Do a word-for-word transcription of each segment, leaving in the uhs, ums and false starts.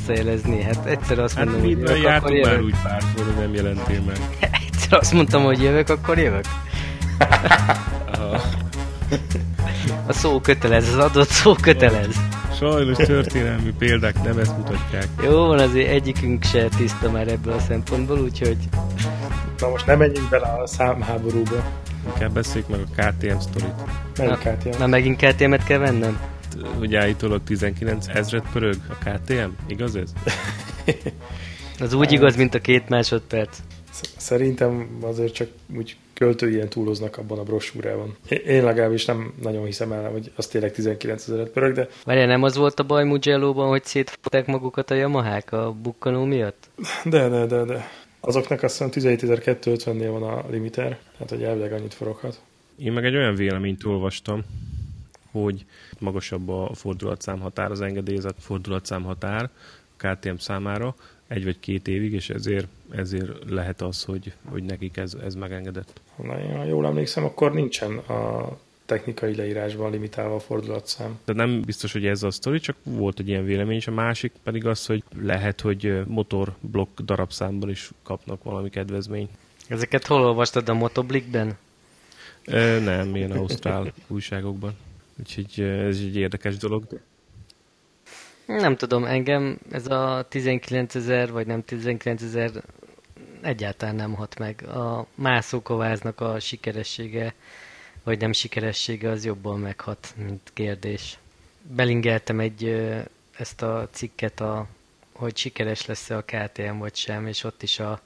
visszajelezni? Hát egyszer azt Hát mondom, hogy jövök, jártunk akkor már jövök. úgy pártból, hogy nem jelentél meg. Egyszer azt mondtam, hogy jövök, akkor jövök. Aha. A szó kötelez, az adott szó kötelez. Sajnos történelmi példák nem ezt mutatják. Jó van, azért egyikünk se tiszta már ebből a szempontból, úgyhogy... Na most nem menjünk bele a számháborúba. Inkább beszéljük meg a ká té em sztorit. Melyik ká té em? Na megint ká té emet kell vennem? Hogy állítólag tizenkilenc ezret pörög a ká té em? Igaz ez? Az úgy igaz, mint a két másodperc. Szerintem azért csak úgy költőien túloznak abban a brossúrában. Én legalábbis nem nagyon hiszem el, hogy az tényleg tizenkilenc ezeret pörög, de... Várjál, nem az volt a baj Mugello-ban, hogy szétfogták magukat a Yamahák a bukkanó miatt? De, de, de, de. Azoknak azt hiszem tizenhétezer-kétszázötvennél van a limiter, tehát hogy elvileg annyit foroghat. Én meg egy olyan véleményt olvastam, hogy magasabb a fordulatszám határ, az engedélyezett fordulatszám határ a ká té em számára, egy vagy két évig, és ezért, ezért lehet az, hogy, hogy nekik ez, ez megengedett. Na, én, ha jól emlékszem, akkor nincsen a technikai leírásban limitálva a fordulatszám. De nem biztos, hogy ez a sztori, csak volt egy ilyen vélemény, és a másik pedig az, hogy lehet, hogy motorblokk darabszámban is kapnak valami kedvezményt. Ezeket hol olvastad, a Motoblikben? E, nem, ilyen ausztrál újságokban. Úgyhogy ez egy érdekes dolog. Nem tudom, engem ez a tizenkilencezer, vagy nem tizenkilencezer egyáltalán nem hat meg. A mászókováznak a sikeressége, vagy nem sikeressége az jobban meghat, mint kérdés. Belingeltem egy, ezt a cikket, a, hogy sikeres lesz-e a ká té em vagy sem, és ott is a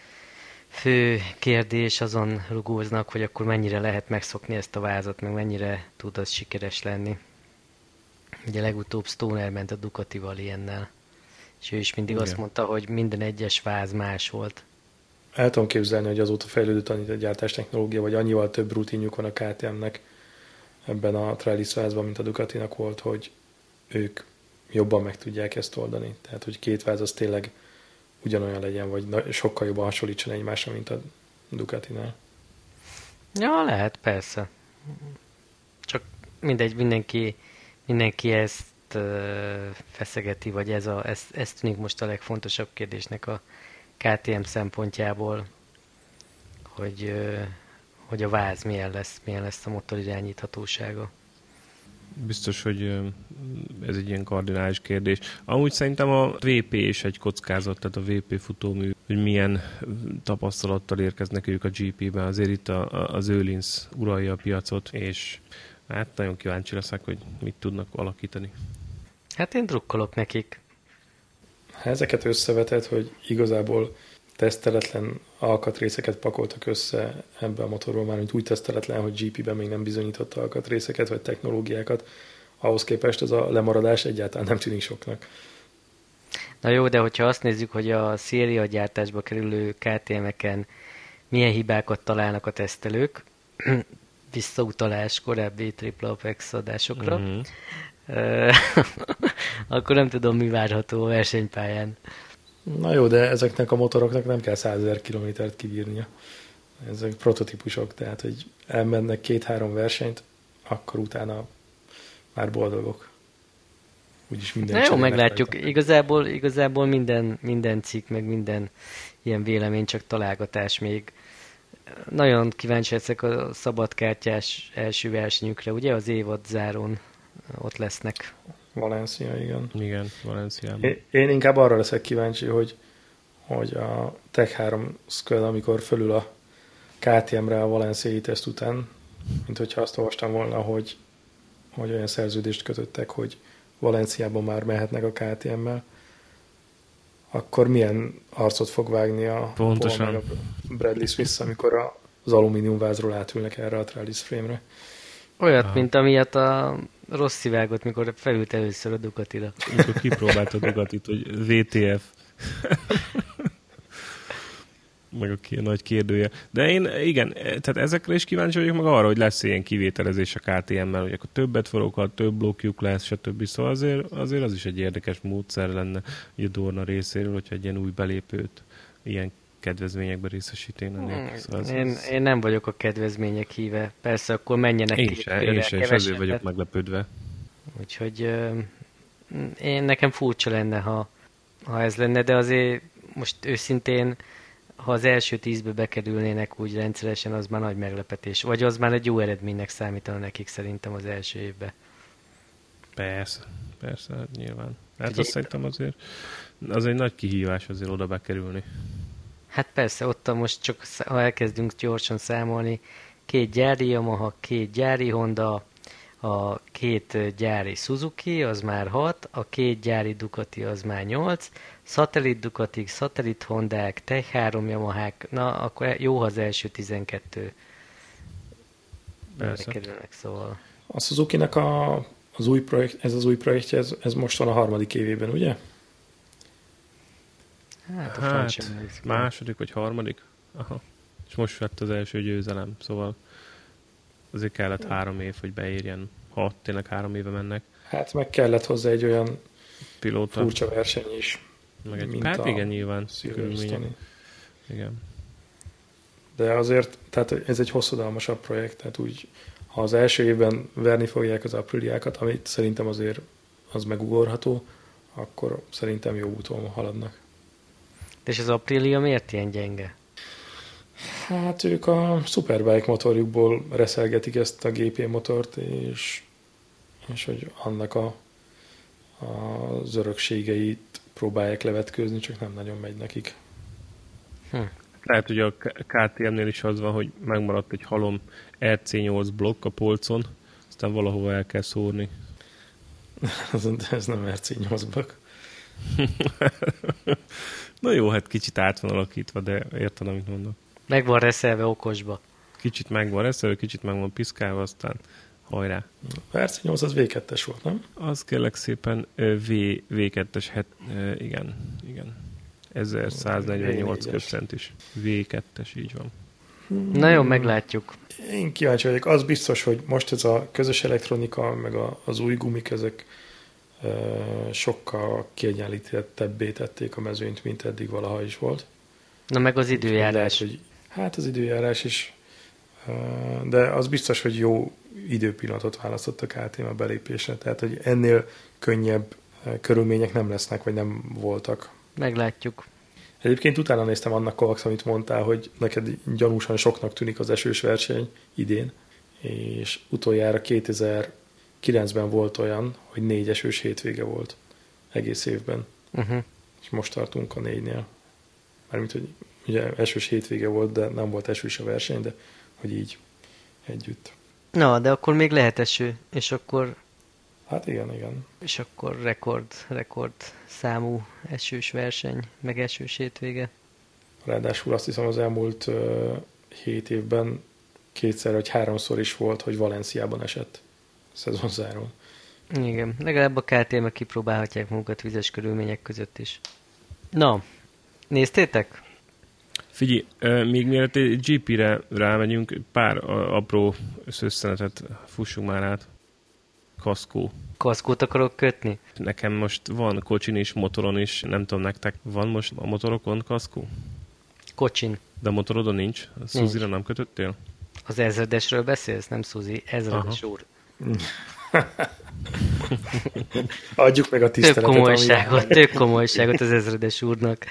fő kérdés azon rugóznak, hogy akkor mennyire lehet megszokni ezt a vázat, meg mennyire tud az sikeres lenni. Ugye legutóbb Stoner ment a Ducatival ilyennel, és ő is mindig Igen. azt mondta, hogy minden egyes váz más volt. El tudom képzelni, hogy azóta fejlődött annyit a gyártás technológia, vagy annyival több rutinjuk van a ká té emnek ebben a Tralis vázban, mint a Ducatinak volt, hogy ők jobban meg tudják ezt oldani. Tehát, hogy két váz az tényleg ugyanolyan legyen, vagy sokkal jobban hasonlítson egymásra, mint a Ducatinál. Ja, lehet, persze. Csak mindegy, mindenki, mindenki ezt uh, feszegeti, vagy ez, a, ez, ez tűnik most a legfontosabb kérdésnek a ká té em szempontjából, hogy, uh, hogy a váz milyen lesz, milyen lesz a motor irányíthatósága. Biztos, hogy ez egy ilyen kardinális kérdés. Amúgy szerintem a vé pé is egy kockázat, tehát a vé pé futómű, hogy milyen tapasztalattal érkeznek ők a gé pében. Azért itt a, a, az Öhlins uralja a piacot, és hát nagyon kíváncsi leszek, hogy mit tudnak alakítani. Hát én drukkolok nekik. Ha ezeket összevetett, hogy igazából teszteletlen alkatrészeket pakoltak össze ebbe a motorról, már mint úgy teszteletlen, hogy gé pében még nem bizonyított alkatrészeket vagy technológiákat, ahhoz képest ez a lemaradás egyáltalán nem tűnik soknak. Na jó, de hogyha azt nézzük, hogy a szériagyártásba kerülő ká té emeken milyen hibákat találnak a tesztelők, visszautalás korábbi Triple Apex adásokra, mm-hmm. akkor nem tudom, mi várható a versenypályán. Na jó, de ezeknek a motoroknak nem kell százezer kilométert kibírnia. Ezek prototípusok, tehát hogy elmennek két-három versenyt, akkor utána már boldogok. Úgyis minden. Na jó, meglátjuk. Igazából, igazából minden, minden cikk, meg minden ilyen vélemény csak találgatás még. Nagyon kíváncsi leszek a szabadkártyás első versenyükre, ugye? Az évad zárón ott lesznek. Valencia, igen. Igen, Valenciában. Én, én inkább arra leszek kíváncsi, hogy, hogy a Tech három Skull, amikor fölül a ká té emre a valenciai teszt után, mint hogyha azt olvastam volna, hogy, hogy olyan szerződést kötöttek, hogy Valenciában már mehetnek a ká té emmel, akkor milyen arcot fog vágni a Pontosan. Paul meg a Bradley Smith, amikor az alumíniumvázról átülnek erre a Tralis frame-re. Olyat, Aha. mint amiatt a Rossi vágott, mikor felült először a Ducatira. Mikor kipróbált a Ducatit, hogy vé té ef. Meg a nagy kérdője. De én, igen, tehát ezekre is kíváncsi vagyok, meg arra, hogy lesz ilyen kivételezés a ká té emmel, hogy akkor többet foroghat, több blokkjuk lesz, stb. Szóval azért, azért az is egy érdekes módszer lenne a Dorna részéről, hogyha egy ilyen új belépőt ilyen kedvezményekbe részesítenek. Szóval én, az... én nem vagyok a kedvezmények híve. Persze, akkor menjenek én ki. Se, én sem, és ezért vagyok meglepődve. Úgyhogy euh, én nekem furcsa lenne, ha, ha ez lenne, de azért most őszintén, ha az első tízbe bekerülnének úgy rendszeresen, az már nagy meglepetés. Vagy az már egy jó eredménynek számítana nekik szerintem az első évben. Persze, persze, hát nyilván. Hát Ugye, azt szerintem azért az egy nagy kihívás azért oda bekerülni. hát persze, ott most csak ha elkezdünk gyorsan számolni, két gyári Yamaha, két gyári Honda, a két gyári Suzuki, az már hat, a két gyári Ducati az már nyolc, szatellit Ducatik, szatellit Hondák, Tech három Yamahák, na akkor jó, ha az első tizenkettő bekerülnek, szóval. A Suzuki-nek a, az új projekt, ez az új projektje, ez, ez most van a harmadik évében, ugye? Hát, a Hát franchise. második vagy harmadik? Aha. És most vett az első győzelem, szóval azért kellett három év, hogy beérjen, ha tényleg három éve mennek. Hát meg kellett hozzá egy olyan Pilóta. furcsa verseny is. Meg egy, mint hát a igen, nyilván. Silverstone-i. Igen. De azért, tehát ez egy hosszadalmasabb projekt, tehát úgy, ha az első évben verni fogják az Apriliákat, amit szerintem azért az megugorható, akkor szerintem jó úton haladnak. És az Aprilia miért ilyen gyenge? Hát ők a Superbike motorjukból reszelgetik ezt a gé pé motort, és, és hogy annak a, a, az örökségeit próbálják levetkőzni, csak nem nagyon megy nekik. Hm. Lehet, hogy a ká té em-nél is az van, hogy megmaradt egy halom er cé nyolc blokk a polcon, aztán valahova el kell szórni. Ez nem er cé nyolc blokk. Na jó, hát kicsit át van alakítva, de érted, amit mondok. Meg van reszelve okosba. Kicsit meg van reszelve, kicsit meg van piszkálva, aztán hajrá. A er cé nyolc az vé kettes volt, nem? Az kérlek szépen v, vé kettes, het, igen, igen. ezerszáznegyvennyolc köbcent is. vé kettes, így van. Na jó, meglátjuk. Én kíváncsi vagyok. Az biztos, hogy most ez a közös elektronika, meg a, az új gumik, ezek e, sokkal kiegyenlítettebbé tették a mezőnyt, mint eddig valaha is volt. Na meg az időjárás. Lehet, hogy, hát az időjárás is, e, de az biztos, hogy jó időpillanatot választott a ká té em a belépésre. Tehát, hogy ennél könnyebb e, körülmények nem lesznek, vagy nem voltak. Meglátjuk. Egyébként utána néztem annak, Kovacs, amit mondtál, hogy neked gyanúsan soknak tűnik az esős verseny idén, és utoljára kétezer-kilencben volt olyan, hogy négy esős hétvége volt egész évben. Uh-huh. És most tartunk a négynél. Mármint, hogy ugye esős hétvége volt, de nem volt esős a verseny, de hogy így együtt. Na, de akkor még lehet eső, és akkor Hát igen, igen. és akkor rekord, rekord számú esős verseny, meg esős hétvége. Ráadásul azt hiszem az elmúlt uh, hét évben kétszer vagy háromszor is volt, hogy Valenciában esett szezonzárón. Igen, legalább a ká té em-ek kipróbálhatják magukat vizes körülmények között is. Na, néztétek? Figyelj, még mielőtt egy gé pére rámegyünk, pár apró összösszenetet fussunk már át. Kaszkó. Kaszkót akarok kötni? Nekem most van kocsin is, motoron is, nem tudom, nektek van most a motorokon kaszkó? Kocsin. De a motorodon nincs? A Suzy-ra nem kötöttél? Az ezredesről beszélsz, nem Suzy? Ezredes úr. Adjuk meg a tiszteletet. Tök komolyságot, tök komolyságot az ezredes úrnak.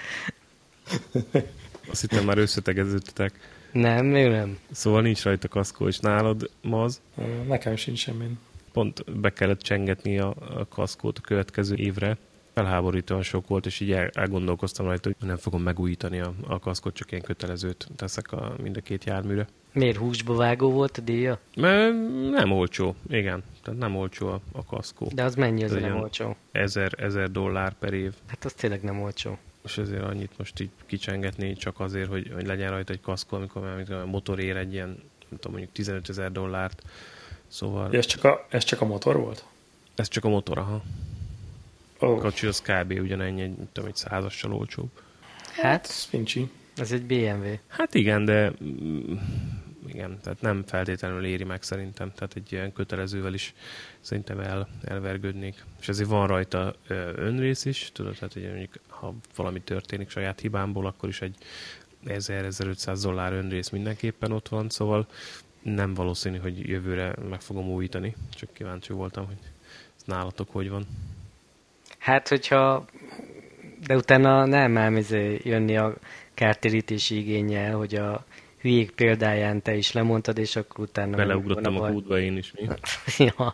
Azt hittem már összetegeződtetek. Nem, még nem. Szóval nincs rajta kaszkó, és nálad, Maz? Nekem sincs semmi. Pont be kellett csengetni a, a kaszkót a következő évre. Felháborítóan sok volt, és így el, elgondolkoztam rajta, hogy nem fogom megújítani a, a kaszkót, csak ilyen kötelezőt teszek a, mind a két járműre. Miért húsba vágó volt a díja? Mert nem olcsó, igen. Tehát nem olcsó a, a kaszkó. De az mennyi, az Ez nem olyan olcsó? Ezer, ezer dollár per év. Hát az tényleg nem olcsó. És ezért annyit most így kicsengetni, csak azért, hogy, hogy legyen rajta egy kaszkó, amikor, amikor a motor ér egy ilyen, nem tudom, mondjuk tizenötezer dollárt. Szóval... Ez csak, a, ez csak a motor volt? Ez csak a motor, aha. Oh. A kocsi az kb. Ugyanennyi, egy, tudom, egy százassal olcsóbb. Hát, Fincsi. ez egy bé em vé. Hát igen, de mm, igen, tehát nem feltétlenül éri meg szerintem. Tehát egy ilyen kötelezővel is szerintem el, elvergődnék. És ezért van rajta ö, önrész is, tudod, tehát hogy mondjuk, ha valami történik saját hibámból, akkor is egy ezer-ezerötszáz dollár önrész mindenképpen ott van, szóval nem valószínű, hogy jövőre meg fogom újítani. Csak kíváncsi voltam, hogy ez nálatok hogy van. Hát, hogyha De utána nem ám izé jönni a kártérítési igénnyel, hogy a hülyék példáján te is lemondtad, és akkor utána... Beleugrottam a kútba én is, mi? Ja.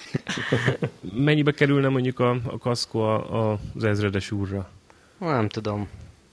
Mennyibe kerülne mondjuk a, a kaszkó a, a, az ezredes úrra? Nem tudom.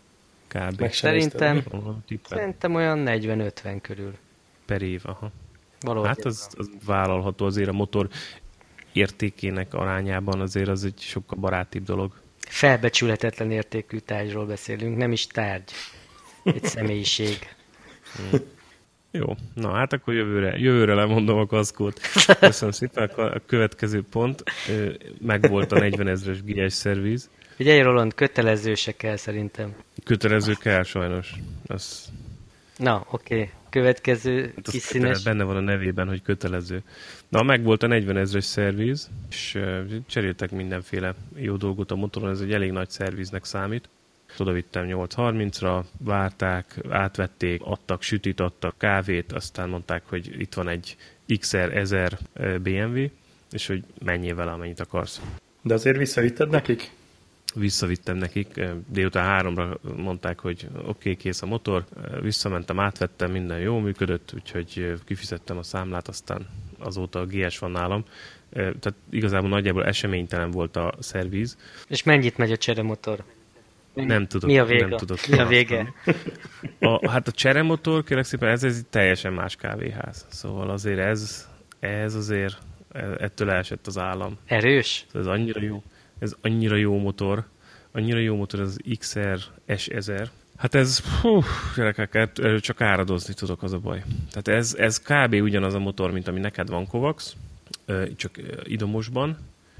Kb. Szerintem, szerintem olyan negyven-ötven körül. Per év, aha. Valahogy hát az, az vállalható azért a motor értékének arányában, azért az egy sokkal barátibb dolog. Felbecsülhetetlen értékű tárgyról beszélünk, nem is tárgy. Egy személyiség. Hmm. Jó, na hát akkor jövőre, jövőre lemondom a kaszkót. Köszönöm szépen, a következő pont. Megvolt a negyvenezres gé es szerviz. Figyelj, Roland, kötelező se kell szerintem. Kötelező kell sajnos. Az... Na, oké. Okay. Következő hát kis színes... Benne van a nevében, hogy kötelező. Na, megvolt a negyvenezres szerviz, és cseréltek mindenféle jó dolgot a motoron, ez egy elég nagy szerviznek számít. Oda vittem nyolc harmincra, várták, átvették, adtak sütit, adtak kávét, aztán mondták, hogy itt van egy iksz er ezer bé em vé, és hogy menjél vele, amennyit akarsz. De azért visszavitted nekik? Visszavittem nekik, délután háromra mondták, hogy oké, okay, kész a motor, visszamentem, átvettem, minden jól működött, úgyhogy kifizettem a számlát, aztán azóta a gé es van nálam. Tehát igazából nagyjából eseménytelen volt a szerviz. És mennyit megy a cseremotor? Nem tudok. Mi a vége? Nem tudok Mi a vége? A, hát a cseremotor, kérlek szépen, ez, ez egy teljesen más kávéház. Szóval azért ez, ez azért, ettől elesett az állam. Erős? Ez annyira jó. Ez annyira jó motor, annyira jó motor, ez az iksz er es ezer. Hát ez, hú, gyerekek, csak áradozni tudok, az a baj. Tehát ez, ez kb. Ugyanaz a motor, mint ami neked van Kovacs, csak idomosban,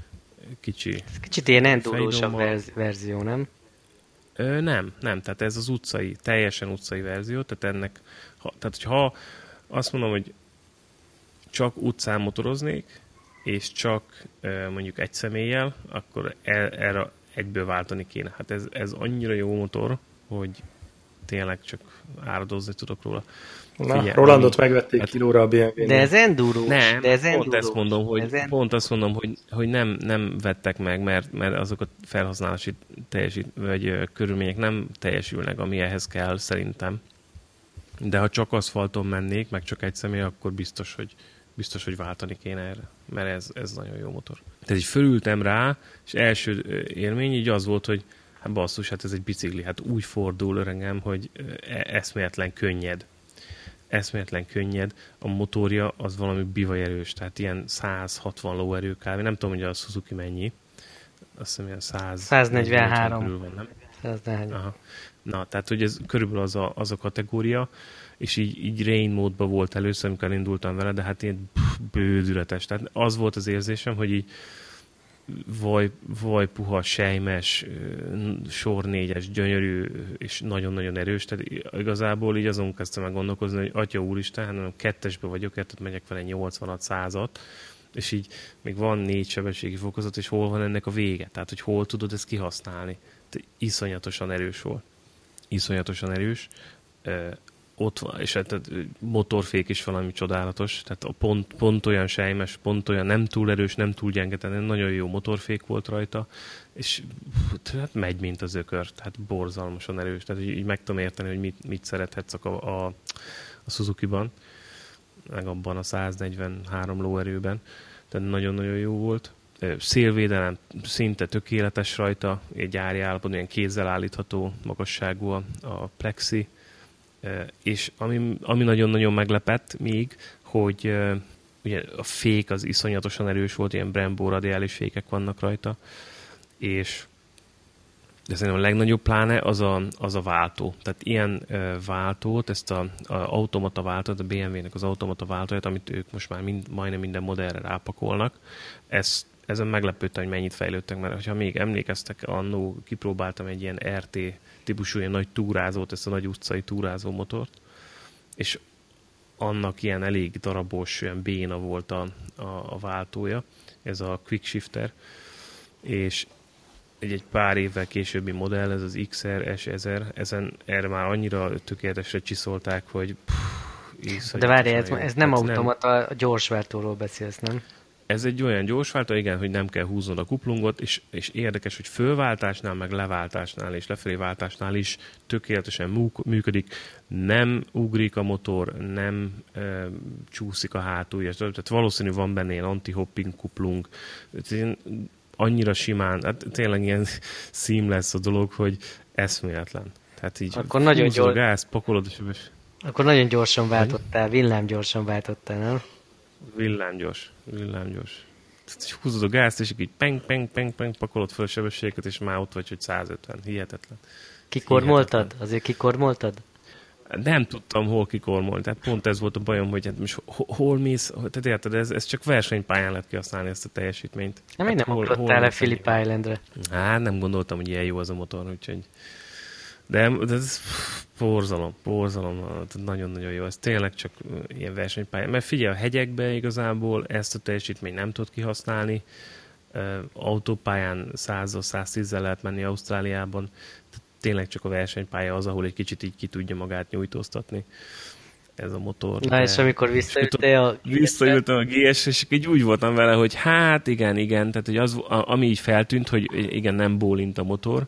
kicsi. Kicsit ilyen endurósabb verz- verzió, nem? Ö, nem, nem, tehát ez az utcai, teljesen utcai verzió, tehát ennek, ha, tehát hogyha azt mondom, hogy csak utcán motoroznék, és csak mondjuk egy személlyel, akkor erre egyből váltani kéne. Hát ez, ez annyira jó motor, hogy tényleg csak áradozni tudok róla. Na, Figyelj, Rolandot ami, megvették hát, kilóra a bé em vé-nél. De ez endurós. Nem, de ez pont endurós. ezt mondom, hogy, ez pont azt mondom, hogy, hogy nem, nem vettek meg, mert, mert azok a felhasználási teljesít, vagy körülmények nem teljesülnek, ami ehhez kell szerintem. De ha csak aszfalton mennék, meg csak egy személy, akkor biztos, hogy biztos, hogy váltani kéne erre, mert ez, ez nagyon jó motor. Tehát így fölültem rá, és első élmény így az volt, hogy hát basszus, hát ez egy bicikli, hát úgy fordul öregem, hogy eszméletlen könnyed. Eszméletlen könnyed. A motorja az valami bivaj erős, tehát ilyen száz hatvan lóerő kb. Nem tudom, hogy a Suzuki mennyi. Azt hiszem ilyen száz száznegyvenhárom körül van, nem? száznegyvenhárom Aha. Na, tehát hogy ez körülbelül az a, az a kategória, és így, így rain módban volt először, amikor elindultam vele, de hát ilyen pff, bődületes. Tehát az volt az érzésem, hogy így vaj, vaj puha, sejmes, sor négyes, gyönyörű, és nagyon-nagyon erős. Tehát igazából így azon kezdtem meg gondolkozni, hogy atya úristen, hanem kettesbe vagyok, tehát megyek vele nyolcvanat, százat, és így még van négy sebességi fokozat, és hol van ennek a vége? Tehát, hogy hol tudod ezt kihasználni? Tehát iszonyatosan erős volt. Iszonyatosan erős. Ott van, és hát motorfék is valami csodálatos, tehát a pont, pont olyan sejmes, pont olyan nem túl erős, nem túl gyenge, tehát nagyon jó motorfék volt rajta, és hát megy, mint az ökör, tehát borzalmasan erős, tehát így meg tudom érteni, hogy mit, mit szerethetsz a, a, a Suzuki-ban, meg abban a száznegyvenhárom lóerőben, tehát nagyon-nagyon jó volt. Szélvédelem szinte tökéletes rajta, egy gyári állapotban, ilyen kézzel állítható magasságú a, a plexi, és ami, ami nagyon-nagyon meglepett még, hogy uh, ugye a fék az iszonyatosan erős volt, ilyen Brembo radiális fékek vannak rajta, és de szerintem a legnagyobb pláne az a, az a váltó. Tehát ilyen uh, váltót, ezt a, a automata váltót, a bé em vé-nek az automata váltóját, amit ők most már mind, majdnem minden modellre rápakolnak, ezt ezen meglepődtem, hogy mennyit fejlődtek, mert ha még emlékeztek, annó kipróbáltam egy ilyen er té típusú ilyen nagy túrázót, ezt a nagy utcai túrázó motort, és annak ilyen elég darabos, olyan béna volt a, a, a váltója, ez a Quick Shifter, és egy, egy pár évvel későbbi modell, ez az iksz er es ezer, ezen erre már annyira tökéletesre csiszolták, hogy pff, de várj, ez, ez nem automata, a gyorsváltóról beszélsz, nem? ez egy olyan gyorsváltó, igen, hogy nem kell húznod a kuplungot, és, és érdekes, hogy fölváltásnál, meg leváltásnál és lefelé váltásnál is tökéletesen működik, nem ugrik a motor, nem e, csúszik a hátulja, tehát valószínű van benne ilyen anti-hopping kuplung, annyira simán, hát tényleg ilyen seamless a dolog, hogy eszméletlen. Tehát így akkor nagyon húzod gyors... a gáz, pakolod, és... Akkor nagyon gyorsan váltottál, villámgyorsan váltottál, nem? Villámgyors, villámgyors. Tehát húzod a gázt, és így peng, peng, peng, peng, pakolod fel a sebességet, és már ott vagy, hogy száz ötven. Hihetetlen. Kikormoltad? Hihetetlen. Azért kikormoltad? Nem tudtam, hol kikormolni. Tehát pont ez volt a bajom, hogy hát most hol mész, tehát érted, ez, ez csak versenypályán lehet kihasználni ezt a teljesítményt. Nem, hát nem ugrottál le Phillip Islandre? Hát nem gondoltam, hogy ilyen jó az a motor, úgyhogy... De, de ez borzalom, borzalom, nagyon-nagyon jó. Ez tényleg csak ilyen versenypálya. Mert figyelj, a hegyekbe igazából ezt a teljesítményt nem tudod kihasználni. Autópályán százal, száztízzel lehet menni Ausztráliában. Tényleg csak a versenypálya az, ahol egy kicsit így ki tudja magát nyújtóztatni ez a motor. Na és amikor visszajöttél a Visszajöttem a gé es, és így úgy voltam vele, hogy hát igen, igen, tehát hogy az, ami így feltűnt, hogy igen, nem bólint a motor,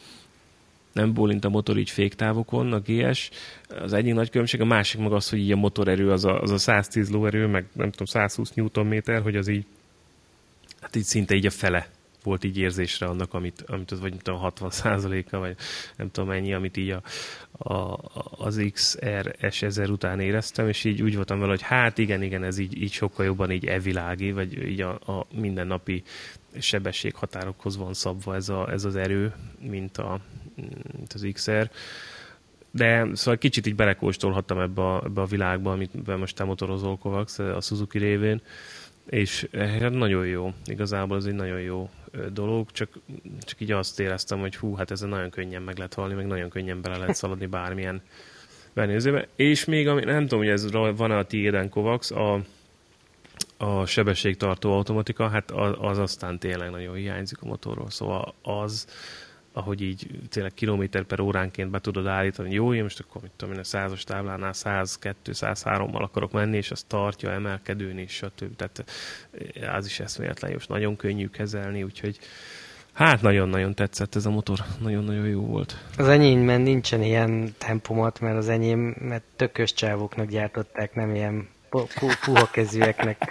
nem bólint a motor így féktávokon, a gé es, az egyik nagy különbség, a másik meg az, hogy így a motorerő az a, az a száztíz lóerő, meg nem tudom, százhúsz newtonméter, hogy az így, hát így szinte így a fele volt így érzésre annak, amit, amit az, vagy nem tudom, hatvan százaléka, vagy nem tudom mennyi, amit így a, a, az iksz er es ezer után éreztem, és így úgy voltam vele, hogy hát igen, igen, ez így, így sokkal jobban így evilági, vagy így a, a mindennapi sebességhatárokhoz van szabva ez, a, ez az erő, mint, a, mint az iksz er. De szóval kicsit így belekóstolhattam ebbe a, ebbe a világba, amit most te motorozol, Kovacs, a Suzuki révén, és hát nagyon jó, igazából ez egy nagyon jó dolog, csak, csak így azt éreztem, hogy hú, hát ezzel nagyon könnyen meg lehet halni, meg nagyon könnyen bele lehet szaladni bármilyen versenyzőbe. És még, ami, nem tudom, hogy ez van-e a tiéden, Kovacs, a, a sebességtartó automatika, hát az, az aztán tényleg nagyon hiányzik a motorról, szóval az, ahogy így tényleg kilométer per óránként be tudod állítani, jó, én most akkor mit tudom én, a százas táblánál száz kettő száz hárommal akarok menni, és az tartja emelkedőn is, stb. Tehát az is eszméletlen jó, és nagyon könnyű kezelni, úgyhogy hát nagyon-nagyon tetszett ez a motor, nagyon-nagyon jó volt. Az enyémben nincsen ilyen tempomat, mert az enyémet tökös csávoknak gyártották, nem ilyen puha kezűeknek.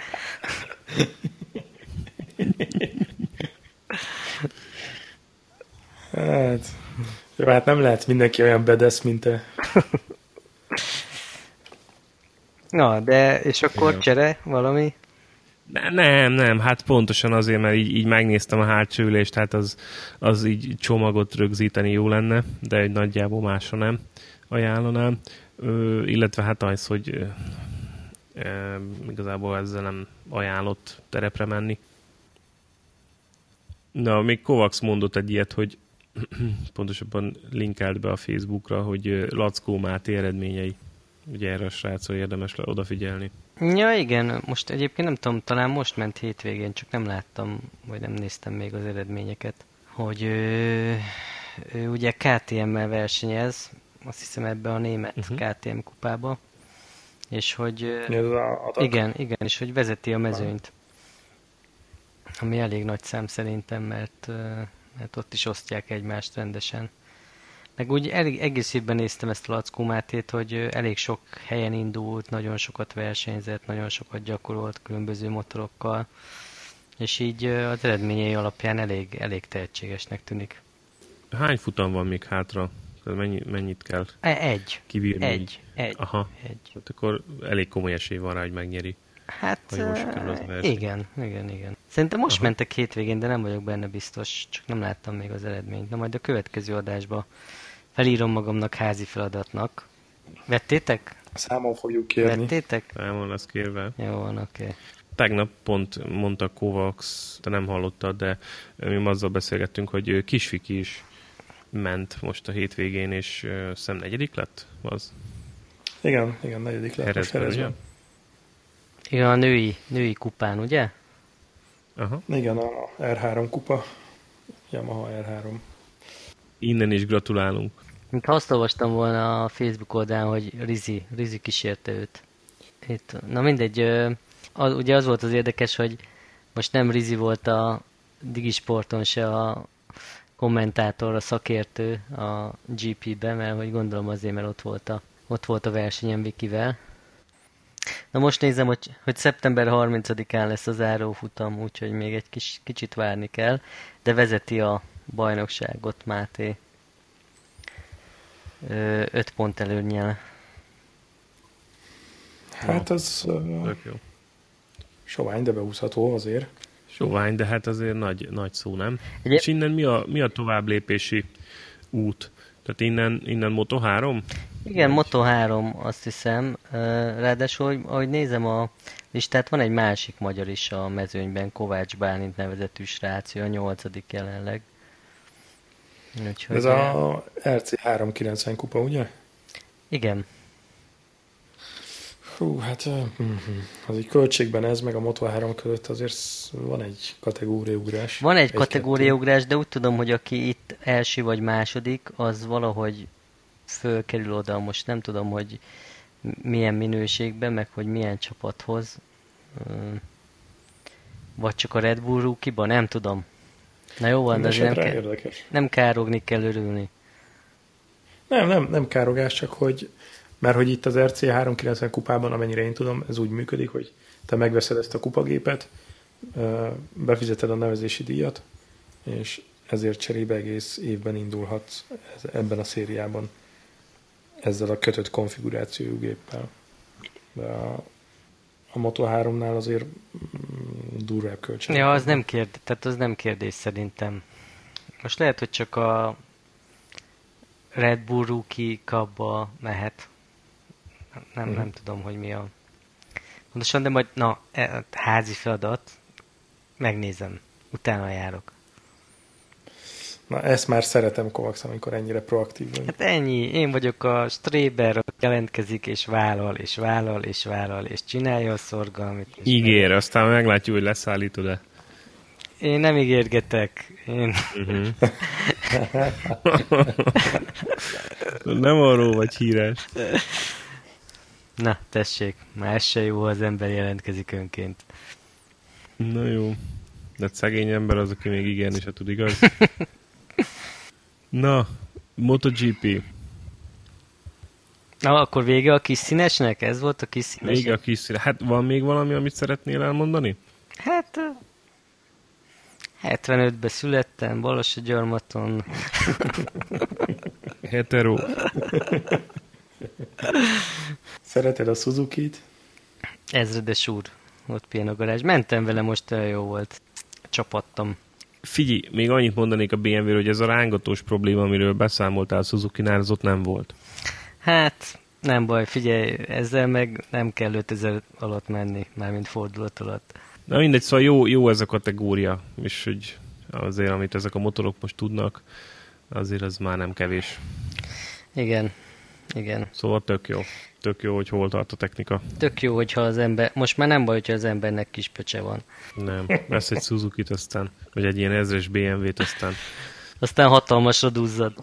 Hát, jó, hát nem lehet mindenki olyan bedesz, mint te. Na, de és akkor igen. Csere valami? Ne, nem, nem, hát pontosan azért, mert így, így megnéztem a hátsó ülést, hát az, az így csomagot rögzíteni jó lenne, de egy nagyjából másra nem ajánlanám. Ö, illetve hát az, hogy ö, ö, igazából ezzel nem ajánlott terepre menni. Na, még Kovacs mondott egy ilyet, hogy pontosabban linkelt be a Facebookra, hogy Lackó Máté eredményei. Ugye erre a srácra érdemes le odafigyelni. Ja igen, most egyébként nem tudom, talán most ment hétvégén, csak nem láttam, vagy nem néztem még az eredményeket, hogy ő, ő ugye ká té em-mel versenyez, azt hiszem ebbe a német uh-huh. ká té em kupába, és hogy igen, igen, és hogy vezeti a mezőnyt. Ami elég nagy szám szerintem, mert, mert ott is osztják egymást rendesen. Meg úgy elég, egész évben néztem ezt a Lackó Mátét, hogy elég sok helyen indult, nagyon sokat versenyzett, nagyon sokat gyakorolt különböző motorokkal, és így az eredményei alapján elég, elég tehetségesnek tűnik. Hány futam van még hátra? Mennyi, mennyit kell egy. kibírni? Egy. Egy. Aha. Egy. Hát akkor elég komoly esély van rá, hogy megnyeri. Hát igen, igen, igen. Szerintem most Aha. mentek hétvégén, de nem vagyok benne biztos, csak nem láttam még az eredményt. Na majd a következő adásba felírom magamnak házi feladatnak. Vettétek? Számon fogjuk kérni. Vettétek? Számon lesz kérve. Jó van, oké. Okay. Tegnap pont mondta Kovacs, te nem hallottad, de mi azzal beszélgettünk, hogy Kisviki is ment most a hétvégén, és szem negyedik lett? Az? Igen, igen, negyedik lett. Erezben, ugye? Igen, a női, női kupán, ugye? Aha. Igen, a er három kupa. Yamaha er három. Innen is gratulálunk. Mint ha azt olvastam volna a Facebook oldalán, hogy Rizi, Rizi kísérte őt. Itt, na mindegy, az, ugye az volt az érdekes, hogy most nem Rizi volt a Digisporton se a kommentátor, a szakértő a gé pé-ben, mert hogy gondolom azért, mert ott volt a, ott volt a versenyen Vikivel. Na most nézem, hogy, hogy szeptember harmincadikán lesz az zárófutam, úgyhogy még egy kis, kicsit várni kell, de vezeti a bajnokságot Máté Ö, öt pont előnnyel. Hát az uh, Tök jó. sovány, de beúszható azért. Sovány, de hát azért nagy, nagy szó, nem? Ugye? És innen mi a, mi a továbblépési út? Tehát innen, innen Moto három? Igen, Moto három, azt hiszem. Ö, Ráadásul, ahogy, ahogy nézem a listát, van egy másik magyar is a mezőnyben, Kovács Bálint nevezetű srác, ő a nyolcadik jelenleg. Úgyhogy, Ez a er cé háromszázkilencven kupa, ugye? igen. Hú, hát uh, az egy költségben ez, meg a Moto három között azért van egy kategóriaugrás. Van egy, egy kettő. kategóriaugrás, de úgy tudom, hogy aki itt első vagy második, az valahogy fölkerül oda. Most nem tudom, hogy milyen minőségben, meg hogy milyen csapathoz. Vagy csak a Red Bull Rookie-ba, nem tudom. Na jó van, de azért nem, kell, nem károgni kell örülni. Nem, nem, nem károgás, csak hogy mert hogy itt az er cé háromszázkilencven kupában, amennyire én tudom, ez úgy működik, hogy te megveszed ezt a kupagépet, befizeted a nevezési díjat, és ezért cserébe egész évben indulhatsz ebben a szériában ezzel a kötött konfigurációjú géppel. De a, a Moto háromnál azért durvább költség. Ja, az nem, kérd, tehát az nem kérdés szerintem. Most lehet, hogy csak a Red Bull Rookie Cup-ba mehet. Nem, hmm. nem tudom, hogy mi a... Pontosan, de majd, na, e, házi feladat, megnézem, utána járok. Na, ezt már szeretem, Kovacs, amikor ennyire proaktív vagy. Hát ennyi, én vagyok a Stréber, aki jelentkezik, és vállal, és vállal, és vállal, és csinálja a szorgalmit. Ígér, meg... aztán meglátjuk, hogy leszállítod-e. Én nem ígérgetek. Én... Uh-huh. Nem arról vagy híres. Na, tessék, már ez se jó, ha az ember jelentkezik önként. Na jó. De szegény ember az, aki még ígérni se tud, igaz? Na, MotoGP. Na, akkor vége a kis színesnek? Ez volt a kis színes? Vége a kis színes. Hát van még valami, amit szeretnél elmondani? Hát... hetvenötben születtem, Balassagyarmaton. Hetero. Szereted a Suzuki-t? Ezredes úr, ott pianogarázs. Mentem vele, most olyan jó volt. Csapattam. Figyelj, még annyit mondanék a bé em vé-ről, hogy ez a rángatós probléma, amiről beszámoltál a Suzuki-nál, az ott nem volt. Hát, nem baj, figyelj, ezzel meg nem kell ötezer alatt menni, mármint fordulat alatt. Na mindegy, szóval jó, jó ez a kategória, és hogy azért, amit ezek a motorok most tudnak, azért az már nem kevés. Igen, igen. Szóval tök jó. Tök jó, hogy hol tart a technika. Tök jó, hogyha az ember... Most már nem baj, hogyha az embernek kis pöcse van. Nem. Vesz egy Suzuki-t aztán, vagy egy ilyen ezres bé em vé-t aztán. Aztán hatalmasra duzzad.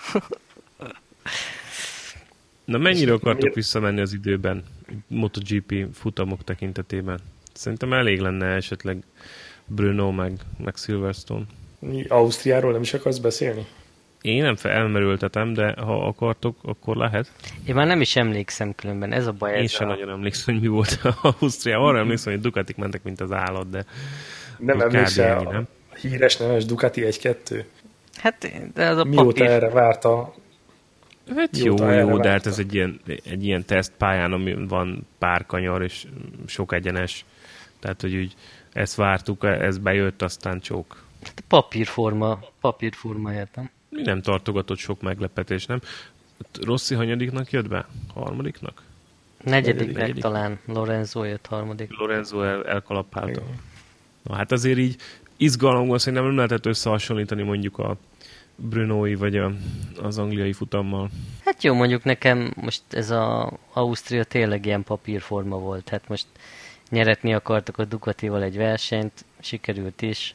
Na mennyire akartok visszamenni az időben MotoGP futamok tekintetében? Szerintem elég lenne esetleg Bruno meg, meg Silverstone. Ausztriáról nem is akarsz beszélni? Én nem elmerültetem, de ha akartok, akkor lehet. Én már nem is emlékszem különben, ez a baj. Én sem a... nagyon emlékszem, hogy mi volt Ausztriában. Arra emlékszem, hogy Ducatik mentek, mint az állat, de... Nem emlékszel a, nem? a híres neves Ducati egy kettő? Hát, de az a Mióta papír... erre várta... Hát jó, jó, de hát ez egy ilyen, egy ilyen tesztpályán, ami van pár kanyar és sok egyenes. Tehát, hogy úgy ezt vártuk, ez bejött, aztán csók. Hát papírforma, papírforma értem. Mi nem tartogatott sok meglepetés, nem? Rossi hanyadiknak jött be? Harmadiknak? Negyediknek negyedik. Talán Lorenzo jött harmadik. Lorenzo el, elkalapálta. Na hát azért így izgalomban szerintem nem lehetett összehasonlítani mondjuk a Brunói vagy a, az angliai futammal. Hát jó, mondjuk nekem most ez az Ausztria tényleg ilyen papírforma volt. Hát most nyeretni akartak a Ducatival egy versenyt, sikerült is.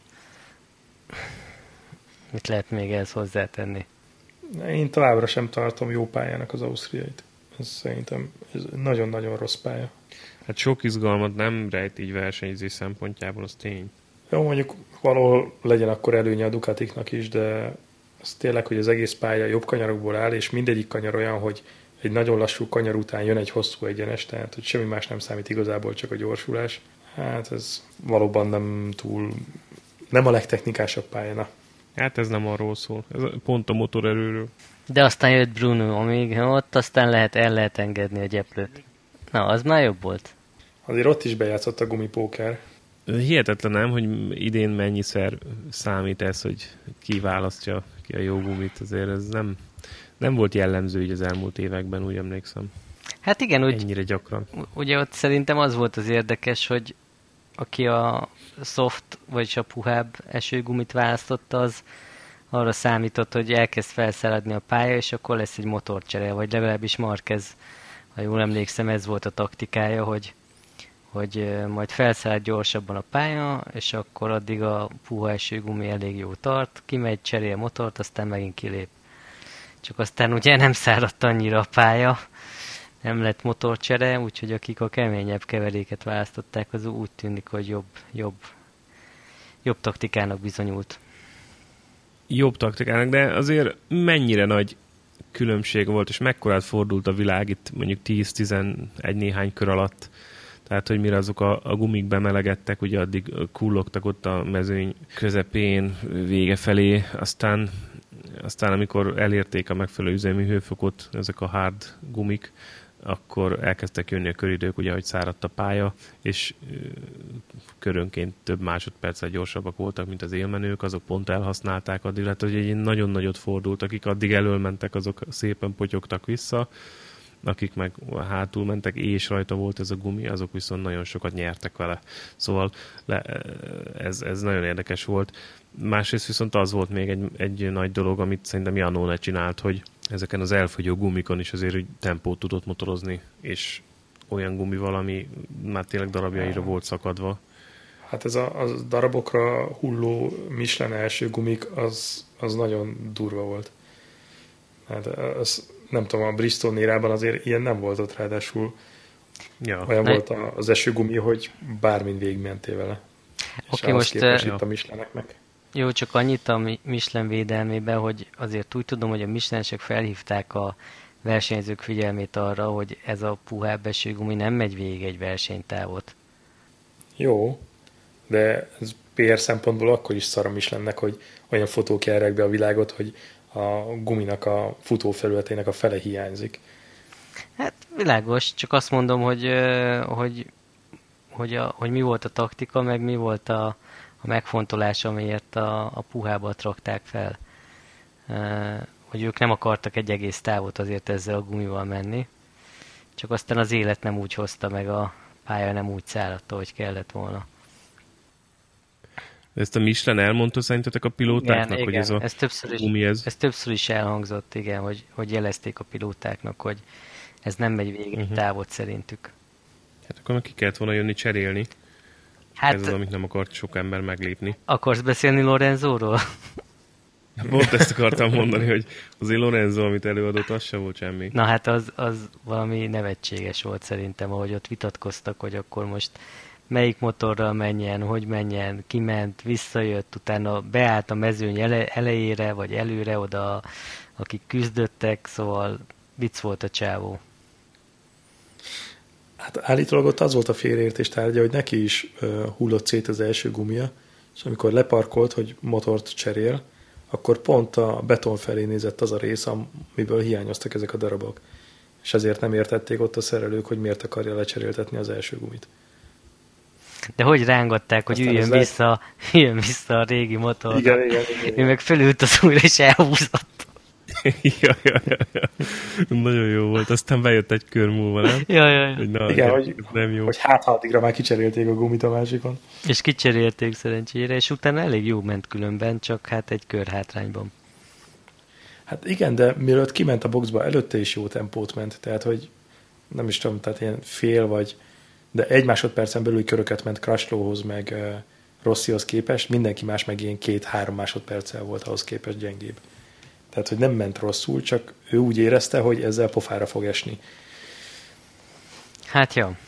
Mit lehet még ehhez hozzátenni? Én továbbra sem tartom jó pályának az ausztriait. Ez szerintem ez nagyon-nagyon rossz pálya. Hát sok izgalmat nem rejt így versenyzés szempontjából, az tény. Jó, mondjuk valahol legyen akkor előnye a Ducatiknak is, de az tényleg, hogy az egész pálya jobb kanyarokból áll, és mindegyik kanyar olyan, hogy egy nagyon lassú kanyar után jön egy hosszú egyenes, tehát hogy semmi más nem számít igazából, csak a gyorsulás. Hát ez valóban nem túl, nem a legtechnikásabb pályána. Hát ez nem arról szól, ez pont a motorerőről. De aztán jött Bruno, amíg ott aztán lehet, el lehet engedni a gyeplőt. Na, az már jobb volt. Azért ott is bejátszott a gumipóker. Hihetetlen nem, hogy idén mennyiszer számít ez, hogy ki választja ki a jó gumit. Azért ez nem, nem volt jellemző így az elmúlt években, úgy emlékszem. Hát igen, úgy, ennyire gyakran. Ugye ott szerintem az volt az érdekes, hogy aki a soft, vagyis a puhább esőgumit választotta, az arra számított, hogy elkezd felszáradni a pálya, és akkor lesz egy motorcsere, vagy legalábbis Marquez, ha jól emlékszem, ez volt a taktikája, hogy, hogy majd felszállt gyorsabban a pálya, és akkor addig a puha esőgumi elég jó tart, kimegy, cserél motort, aztán megint kilép. Csak aztán ugye nem száradt annyira a pálya, nem lett motorcsere, úgyhogy akik a keményebb keveréket választották, az úgy tűnik, hogy jobb, jobb, jobb taktikának bizonyult. Jobb taktikának, de azért mennyire nagy különbség volt, és mekkorát fordult a világ itt mondjuk tíz-tizenegy néhány kör alatt. Tehát, hogy mire azok a, a gumik bemelegedtek, ugye addig kullogtak ott a mezőny közepén, vége felé, aztán, aztán amikor elérték a megfelelő üzemi hőfokot, ezek a hard gumik, akkor elkezdtek jönni a köridők, ugye, hogy száradt a pálya, és körönként több másodperccel gyorsabbak voltak, mint az élmenők, azok pont elhasználták addig, hát, hogy egy nagyon nagyot fordult, akik addig elől mentek, azok szépen potyogtak vissza, akik meg hátul mentek, és rajta volt ez a gumi, azok viszont nagyon sokat nyertek vele. Szóval le, ez, ez nagyon érdekes volt. Másrészt viszont az volt még egy, egy nagy dolog, amit szerintem Iannone csinált, hogy ezeken az elfogyó gumikon is azért hogy tempót tudott motorozni, és olyan gumival, ami már tényleg darabjaira volt szakadva. Hát ez a, a darabokra hulló Michelin első gumik, az, az nagyon durva volt. Hát az, nem tudom, a Bristol nérában azért ilyen nem volt ott, ráadásul ja. Olyan ne. volt az esőgumi, hogy bármin végigmentél vele. És okay, most képest uh, itt a Michelineknek. Jó, csak annyit a Michelin védelmében, hogy azért úgy tudom, hogy a Michelinesek felhívták a versenyzők figyelmét arra, hogy ez a puhább esőgumi nem megy végig egy versenytávot. Jó, de ez pé er szempontból akkor is szar a Michelinnek, hogy olyan fotók járják be a világot, hogy a guminak a futófelületének a fele hiányzik. Hát világos, csak azt mondom, hogy, hogy, hogy, a, hogy mi volt a taktika, meg mi volt a, a megfontolás, amiért a, a puhába rakták fel. Hogy ők nem akartak egy egész távot azért ezzel a gumival menni, csak aztán az élet nem úgy hozta, meg a pálya nem úgy száradt, ahogy kellett volna. Ezt a Michelin elmondta szerintetek a pilótáknak, igen, hogy igen. ez a ez többször is, gumi ez? Ez többször is elhangzott, igen, hogy, hogy jelezték a pilótáknak, hogy ez nem megy végig uh-huh. távot szerintük. Hát akkor meg ki kellett volna jönni cserélni. Hát, ez az, amit nem akart sok ember meglépni. Akarsz beszélni Lorenzóról? Pont ezt akartam mondani, hogy azért Lorenzo, amit előadott, az sem volt semmi. Na hát az, az valami nevetséges volt szerintem, ahogy ott vitatkoztak, hogy akkor most melyik motorral menjen, hogy menjen, kiment, visszajött, utána beállt a mezőny ele- elejére, vagy előre oda, akik küzdöttek, szóval vicc volt a csávó. Hát állítólag ott az volt a félreértés tárgya, hogy neki is uh, hullott szét az első gumia, és amikor leparkolt, hogy motort cserél, akkor pont a beton felé nézett az a rész, amiből hiányoztak ezek a darabok. És ezért nem értették ott a szerelők, hogy miért akarja lecseréltetni az első gumit. De hogy rángatták, hogy üljön vissza, üljön vissza a régi motor. Igen, igen, igen. Ő meg fölült az újra, és elhúzott. ja, ja, ja, ja. Nagyon jó volt. Aztán bejött egy kör múlva, nem? Ja, ja, ja. Hogy na, igen, hogy, nem jó. Hogy hát addigra már kicserélték a gumit a másikon. És kicserélték szerencsére, és utána elég jó ment különben, csak hát egy kör hátrányban. Hát igen, de mielőtt kiment a boxba, előtte is jó tempót ment. Tehát, hogy nem is tudom, tehát ilyen fél vagy, de egy másodpercen belül köröket ment Crutchlowhoz, meg uh, Rossihoz képest, mindenki más meg ilyen két-három másodperccel volt ahhoz képest gyengébb. Tehát, hogy nem ment rosszul, csak ő úgy érezte, hogy ezzel pofára fog esni. Hát jó.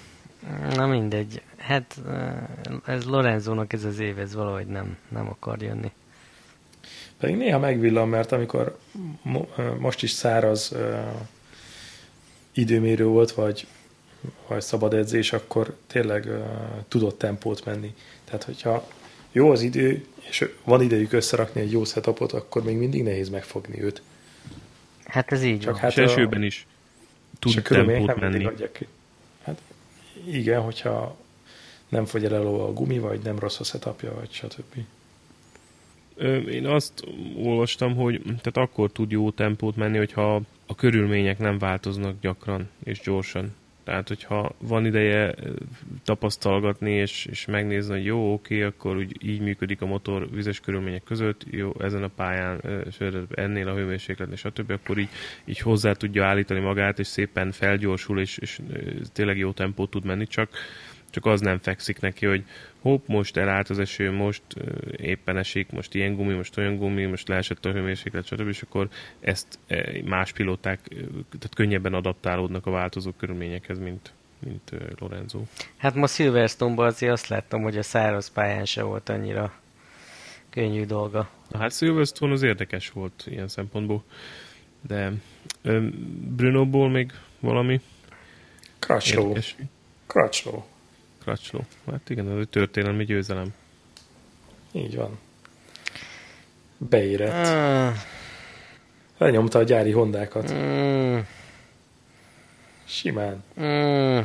Na mindegy. Hát ez Lorenzónak ez az év, ez valahogy nem, nem akar jönni. Pedig néha megvillan, mert amikor mo- most is száraz uh, időmérő volt, vagy, vagy szabad edzés, akkor tényleg uh, tudott tempót menni. Tehát, hogyha jó az idő, és van idejük összerakni egy jó setupot, akkor még mindig nehéz megfogni őt. Hát ez így Csak van. hát És esőben is tud tempót menni. Hát igen, hogyha nem fogy el elő a gumi, vagy nem rossz a setupja, vagy stb. Én azt olvastam, hogy tehát akkor tud jó tempót menni, hogyha a körülmények nem változnak gyakran és gyorsan. Tehát, hogyha van ideje tapasztalgatni és, és megnézni, hogy jó, oké, akkor úgy így működik a motor vizes körülmények között, jó, ezen a pályán, ennél a hőmérsékletnél, stb., akkor így, így hozzá tudja állítani magát, és szépen felgyorsul, és, és tényleg jó tempót tud menni, csak csak az nem fekszik neki, hogy hopp, most elállt az eső, most uh, éppen esik, most ilyen gumi, most olyan gumi, most leesett a hőmérséklet, stb. És akkor ezt uh, más pilóták uh, tehát könnyebben adaptálódnak a változó körülményekhez, mint, mint uh, Lorenzo. Hát ma Silverstone-ban azért azt láttam, hogy a száraz pályán se volt annyira könnyű dolga. Na hát Silverstone az érdekes volt ilyen szempontból, de um, Brunoból még valami Crutchlow. Crutchlow. Crutchlow. Hát igen, ez egy történelmi győzelem. Így van. Beérett. Ah. Lenyomta a gyári hondákat. Mm. Simán. Mm.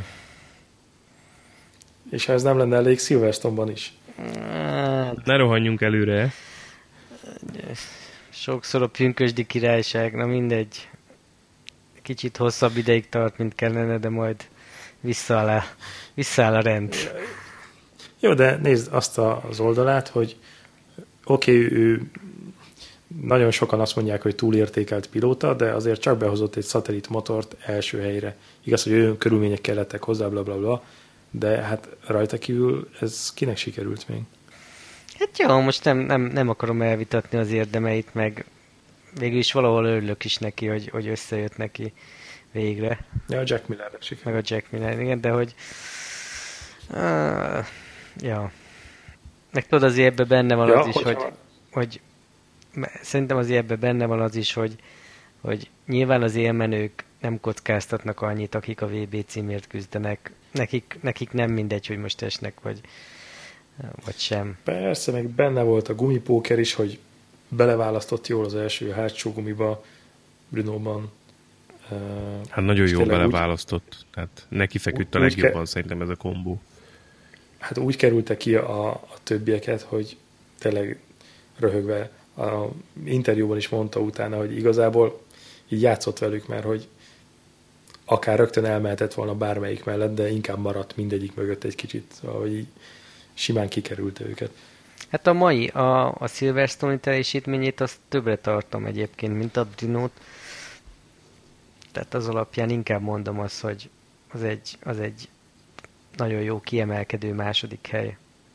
És ha ez nem lenne elég, Silverstone-ban is. Hát, ne rohanjunk előre. sokszor a pünkösdi királyság, na mindegy. Kicsit hosszabb ideig tart, mint kellene, de majd visszaáll a, visszaáll a rend. Jó, de nézd azt az oldalát, hogy oké, okay, ő nagyon sokan azt mondják, hogy túlértékelt pilóta, de azért csak behozott egy szatellit motort első helyre. Igaz, hogy olyan körülmények kellettek hozzá, bla, bla, bla, de hát rajta kívül ez kinek sikerült még? Hát jó, most nem, nem, nem akarom elvitatni az érdemeit, meg végül is valahol örülök is neki, hogy, hogy összejött neki végre. Ja, a Jack Miller sikerült. Meg a Jack Miller, igen, de hogy uh, ja. Meg tudod, azért ebben benne van ja, az is, hogy, hogy, hogy szerintem azért ebben benne van az is, hogy, hogy nyilván az élmenők nem kockáztatnak annyit, akik a vé bé címért küzdenek. Nekik, nekik nem mindegy, hogy most esnek, vagy, vagy sem. Persze, meg benne volt a gumipóker is, hogy beleválasztott jól az első hátsó gumiba, Brunóban. Hát nagyon jól beleválasztott. Úgy, tehát neki feküdt a legjobban ke- szerintem ez a kombó. Hát úgy kerülte ki a, a többieket, hogy tényleg röhögve a interjúban is mondta utána, hogy igazából így játszott velük, mert hogy akár rögtön elmehetett volna bármelyik mellett, de inkább maradt mindegyik mögött egy kicsit, ahogy így simán kikerülte őket. Hát a mai, a, a Silverstone-i teljesítményét azt többre tartom egyébként, mint a Brunót. Tehát az alapján inkább mondom azt, hogy az egy, az egy nagyon jó kiemelkedő második hely.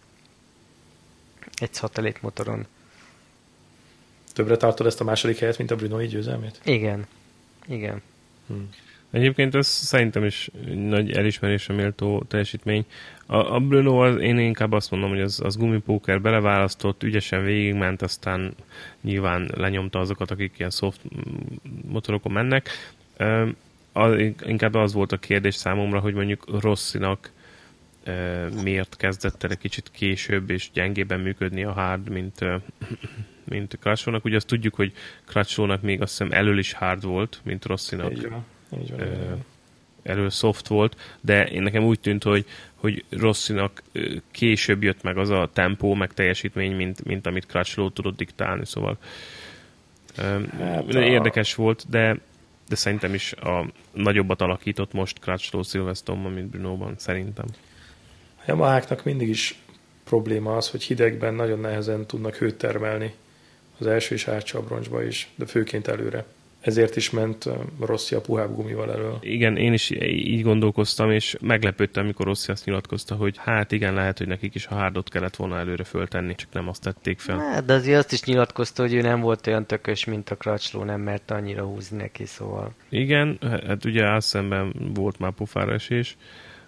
Egy szatellit motoron. Többre tartod ezt a második helyet, mint a Brunói győzelmét? Igen. Igen. Hmm. Egyébként ez szerintem is nagy elismerésre méltó teljesítmény. A, a Bruno, az, én inkább azt mondom, hogy az, az gumipóker beleválasztott, ügyesen végigment, aztán nyilván lenyomta azokat, akik ilyen soft motorokon mennek. Uh, az, inkább az volt a kérdés számomra, hogy mondjuk Rossinak uh, miért kezdett el egy kicsit később és gyengében működni a hard, mint, uh, mint Crutchlownak. Ugye azt tudjuk, hogy Crutchlownak még azt hiszem elől is hard volt, mint Rossinak. Így van. Így van, uh, elől soft volt, de én nekem úgy tűnt, hogy, hogy Rossinak uh, később jött meg az a tempó, meg teljesítmény, mint, mint amit Crutchlow tudott diktálni, szóval uh, hát a... érdekes volt, de de szerintem is a nagyobbat alakított most Crutchlow Silverstone-ban, mint Brunóban, szerintem. A Yamaháknak mindig is probléma az, hogy hidegben nagyon nehezen tudnak hőt termelni az első és hátsó abroncsba is, de főként előre. Ezért is ment Rossi a puhább gumival elől. Igen, én is így gondolkoztam, és meglepődtem, amikor Rossi azt nyilatkozta, hogy hát igen, lehet, hogy nekik is a hardot kellett volna előre föltenni, csak nem azt tették fel. Hát, de azért azt is nyilatkozta, hogy ő nem volt olyan tökös, mint a Crutchlow, nem mert annyira húzni neki, szóval. Igen, hát ugye álszemben volt már pofára esés,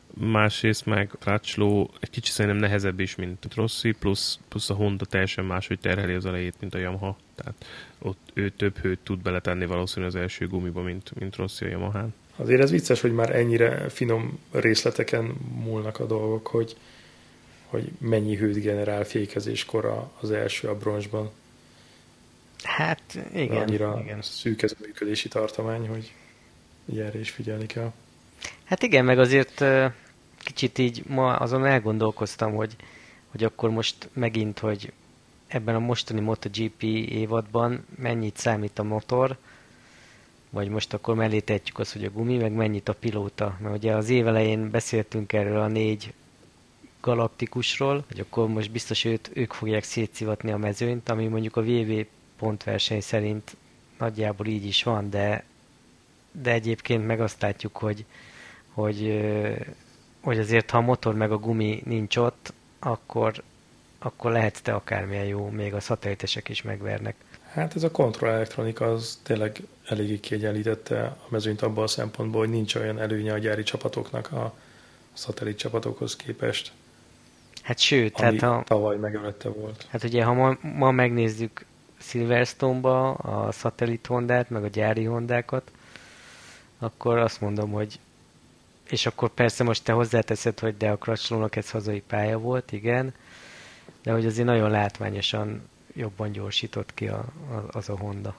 másrészt meg Crutchlow egy kicsit szerintem nehezebb is, mint Rossi, plusz, plusz a Honda teljesen máshogy terheli az elejét, mint a Yamaha. Tehát ott ő több hőt tud beletenni valószínűleg az első gumiba, mint, mint Rossi a Yamahán. Azért ez vicces, hogy már ennyire finom részleteken múlnak a dolgok, hogy, hogy mennyi hőt generál fékezéskor az első a bronzsban. Hát igen. Annyira igen. szűk ez a működési tartomány, hogy erre is figyelni kell. Hát igen, meg azért kicsit így ma azon elgondolkoztam, hogy, hogy akkor most megint, hogy ebben a mostani MotoGP évadban mennyit számít a motor, vagy most akkor mellé tehetjük azt, hogy a gumi, meg mennyit a pilóta. Mert ugye az év elején beszéltünk erről a négy galaktikusról, hogy akkor most biztos őt, ők fogják szétszivatni a mezőnyt, ami mondjuk a vé vé pontverseny szerint nagyjából így is van, de, de egyébként meg azt látjuk, hogy, hogy, hogy azért ha a motor meg a gumi nincs ott, akkor, akkor lehetsz te akármilyen jó, még a szatellitesek is megvernek. Hát ez a Control Elektronika az tényleg eléggé kiegyenlítette a mezőnyt abban a szempontból, hogy nincs olyan előnye a gyári csapatoknak a szatellit csapatokhoz képest. Hát sőt, ami hát ha, tavaly megölette volt. Hát ugye, ha ma, ma megnézzük Silverstone-ba a szatellit Hondát, meg a gyári Hondákat, akkor azt mondom, hogy és akkor persze most te hozzáteszed, hogy de a Crutchlow-nak ez hazai pálya volt, igen, de hogy azért nagyon látványosan jobban gyorsított ki a, a, az a Honda.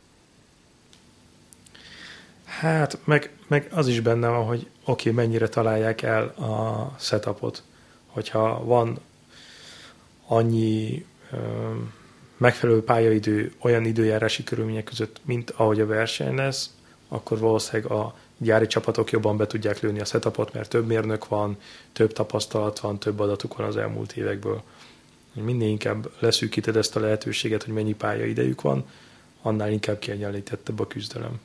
Hát, meg, meg az is benne van, hogy oké, okay, mennyire találják el a setupot. Hogyha van annyi ö, megfelelő pályaidő olyan időjárási körülmények között, mint ahogy a verseny lesz, akkor valószínűleg a gyári csapatok jobban be tudják lőni a setupot, mert több mérnök van, több tapasztalat van, több adatuk van az elmúlt évekből. Minél inkább leszűkíted ezt a lehetőséget, hogy mennyi pályaidejük van, annál inkább kiegyenlítettebb a küzdelem.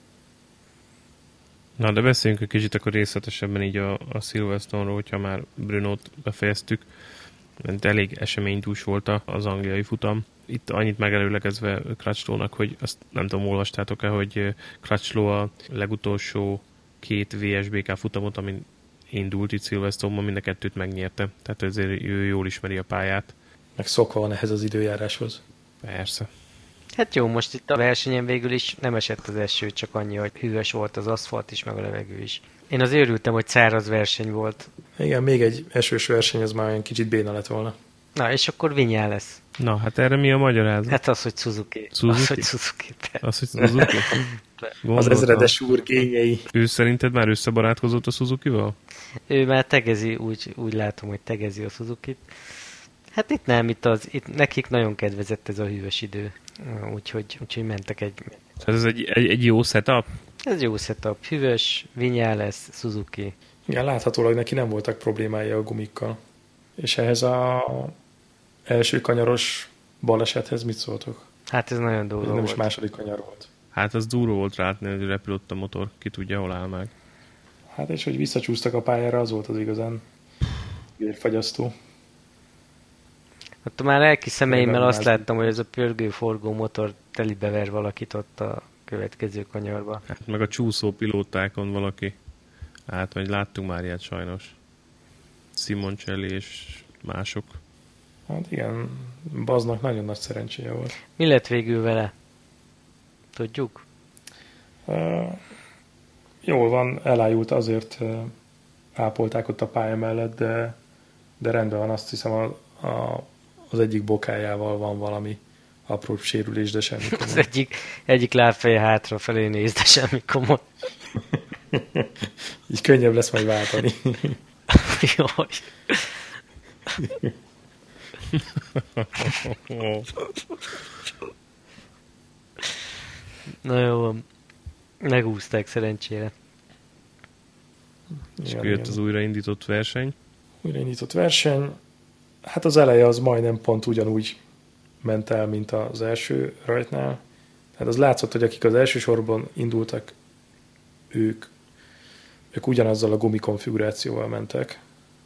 Na, de beszéljünk egy kicsit akkor részletesebben így a, a Silverstone-ról, hogyha már Brunót befejeztük, mert elég eseménydús volt az angliai futam. Itt annyit megelőlegezve Crutchlow-nak, hogy azt nem tudom, olvastátok-e, hogy Crutchlow a legutolsó két vé es bé ká futamot, amin indult itt Silverstone-ban, mind a kettőt megnyerte. Tehát ezért ő jól ismeri a pályát. Meg szokva van ehhez az időjáráshoz. Persze. Hát jó, most itt a versenyen végül is nem esett az eső, csak annyi, hogy hűvös volt az aszfalt is, meg a levegő is. Én az örültem, hogy száraz verseny volt. Igen, még egy esős verseny, az már olyan kicsit béna lett volna. Na, és akkor Vinyá lesz. Na, hát erre mi a magyarázat? Hát az, hogy Suzuki. Suzuki? Az, hogy Suzuki. Az, hogy Suzuki? Az ezredes úr gényei. Ő szerinted már összebarátkozott a Suzukival? Ő már tegezi, úgy, úgy látom, hogy tegezi a Suzukit. Hát itt nem, itt, az, itt nekik nagyon kedvezett ez a hűvös idő. Úgyhogy, úgyhogy mentek egy... Ez egy, egy, egy jó setup? Ez jó setup. Hűvös, Vinyá lesz, Suzuki. Igen, láthatólag neki nem voltak problémái a gumikkal. És ehhez a első kanyaros balesethez mit szóltok? Hát ez nagyon durva ez nem volt. is második kanyar volt. Hát az durva volt látni, hogy repülött a motor, ki tudja, hol áll meg. Hát és hogy visszacsúsztak a pályára, az volt az igazán vérfagyasztó. Ott már lelki szemeimmel azt láttam, hogy ez a pörgő-forgó motor telibever valakit ott a következő kanyarba. Hát meg a csúszó pilótákon valaki átmegy, láttunk már ilyet sajnos. Simoncelli és mások. Hát igen, Baznak nagyon nagy szerencséje volt. Mi lett végül vele? Tudjuk? Uh, jól van, elájult, azért uh, ápolták ott a pálya mellett, de, de rendben van, azt hiszem a, a, az egyik bokájával van valami apró sérülés, de semmi komoly. Az egyik, egyik lábfeje hátrafelé néz, de semmi komoly. Így könnyebb lesz majd váltani. Jaj. Na jó, megúzták szerencsére. És akkor jött az újraindított verseny. Újraindított verseny. Hát az eleje az majdnem pont ugyanúgy ment el, mint az első rajtnál. Hát az látszott, hogy akik az első sorban indultak, ők, ők ugyanazzal a gumikonfigurációval mentek.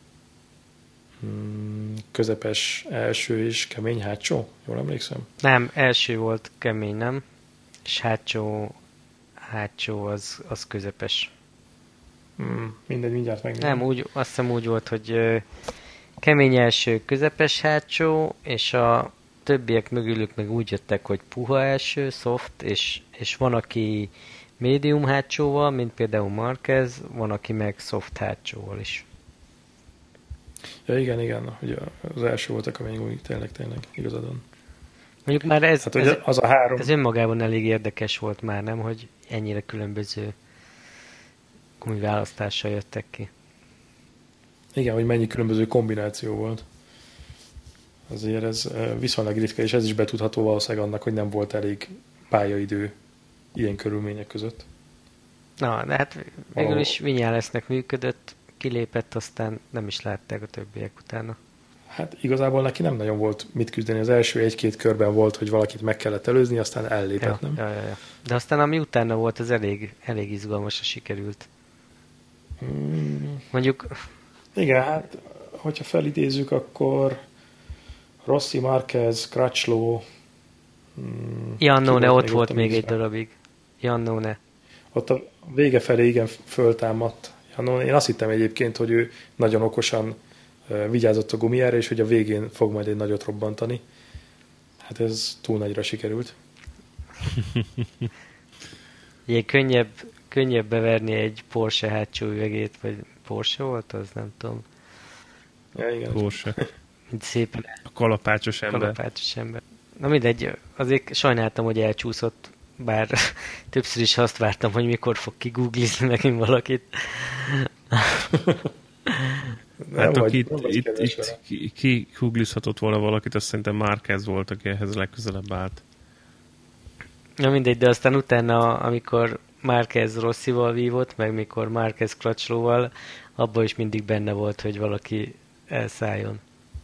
Közepes első és kemény hátsó, jól emlékszem? Nem, első volt kemény, nem? És hátsó, hátsó az, az közepes. Hmm, mindegy, mindjárt megnézem. Nem, úgy, azt hiszem úgy volt, hogy ö, kemény első, közepes hátsó, és a többiek mögülük meg úgy jöttek, hogy puha első, soft, és, és van, aki médium hátsóval, mint például Marquez, van, aki meg soft hátsóval is. Ja, igen, igen, hogy az első volt a kemény gumi, tényleg, tényleg, igazadon. Mondjuk már ez, Hát ez, ugye az a három... ez önmagában elég érdekes volt már, nem? Hogy ennyire különböző gumiválasztással jöttek ki. Igen, hogy mennyi különböző kombináció volt. Azért ez viszonylag ritka, és ez is betudható valószínűleg annak, hogy nem volt elég pályaidő ilyen körülmények között. Na, de hát végül is Viñalesnek működött, kilépett, aztán nem is látták a többiek utána. Hát igazából neki nem nagyon volt mit küzdeni. Az első egy-két körben volt, hogy valakit meg kellett előzni, aztán ellépett, Ja, nem? ja, ja, ja. De aztán ami utána volt, az elég, elég izgalmasra sikerült. Mm, Mondjuk, igen, hát hogyha felidézzük, akkor Rossi, Marquez, Crutchlow... Mm, Iannone ott még volt a még egy mixben? darabig. Iannone. Ott a vége felé igen föltámadt. Iannone. Én azt hittem egyébként, hogy ő nagyon okosan uh, vigyázott a gumiára, és hogy a végén fog majd egy nagyot robbantani. Hát ez túl nagyra sikerült. Ugye könnyebb, könnyebb beverni egy Porsche hátsó üvegét, vagy Porsche volt az, nem tudom. Ja, igen. Porsche. Mint szépen A kalapácsos ember. kalapácsos ember. Na mindegy, azért sajnáltam, hogy elcsúszott, bár többször is azt vártam, hogy mikor fog kigooglizni megint valakit. Hát Nem aki vagy, nem itt, vagy itt, kedves itt vele. ki, ki googlizhatott volna valakit, azt szerintem Marquez volt, aki ehhez legközelebb állt. Na mindegy, de aztán utána, amikor Marquez Rossival vívott, meg mikor Marquez Crutchlowval, abban is mindig benne volt, hogy valaki elszálljon.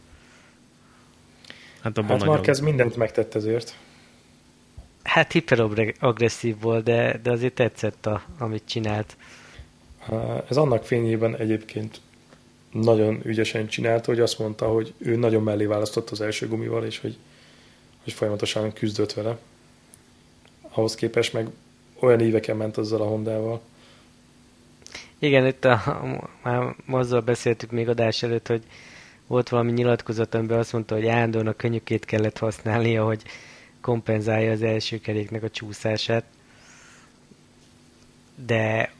Hát abban Hát nagyon... Marquez mindent megtett ezért. Hát hiperagresszív volt, de, de azért tetszett, a, amit csinált. Ez annak fényében egyébként nagyon ügyesen csinálta, hogy azt mondta, hogy ő nagyon mellé választott az első gumival, és hogy, hogy folyamatosan küzdött vele. Ahhoz képest meg olyan éveken ment azzal a Hondával. Igen, itt a, a, már azzal beszéltük még adás előtt, hogy volt valami nyilatkozat, amiben azt mondta, hogy állandóan a könnyükét kellett használnia, hogy kompenzálja az első keréknek a csúszását. De...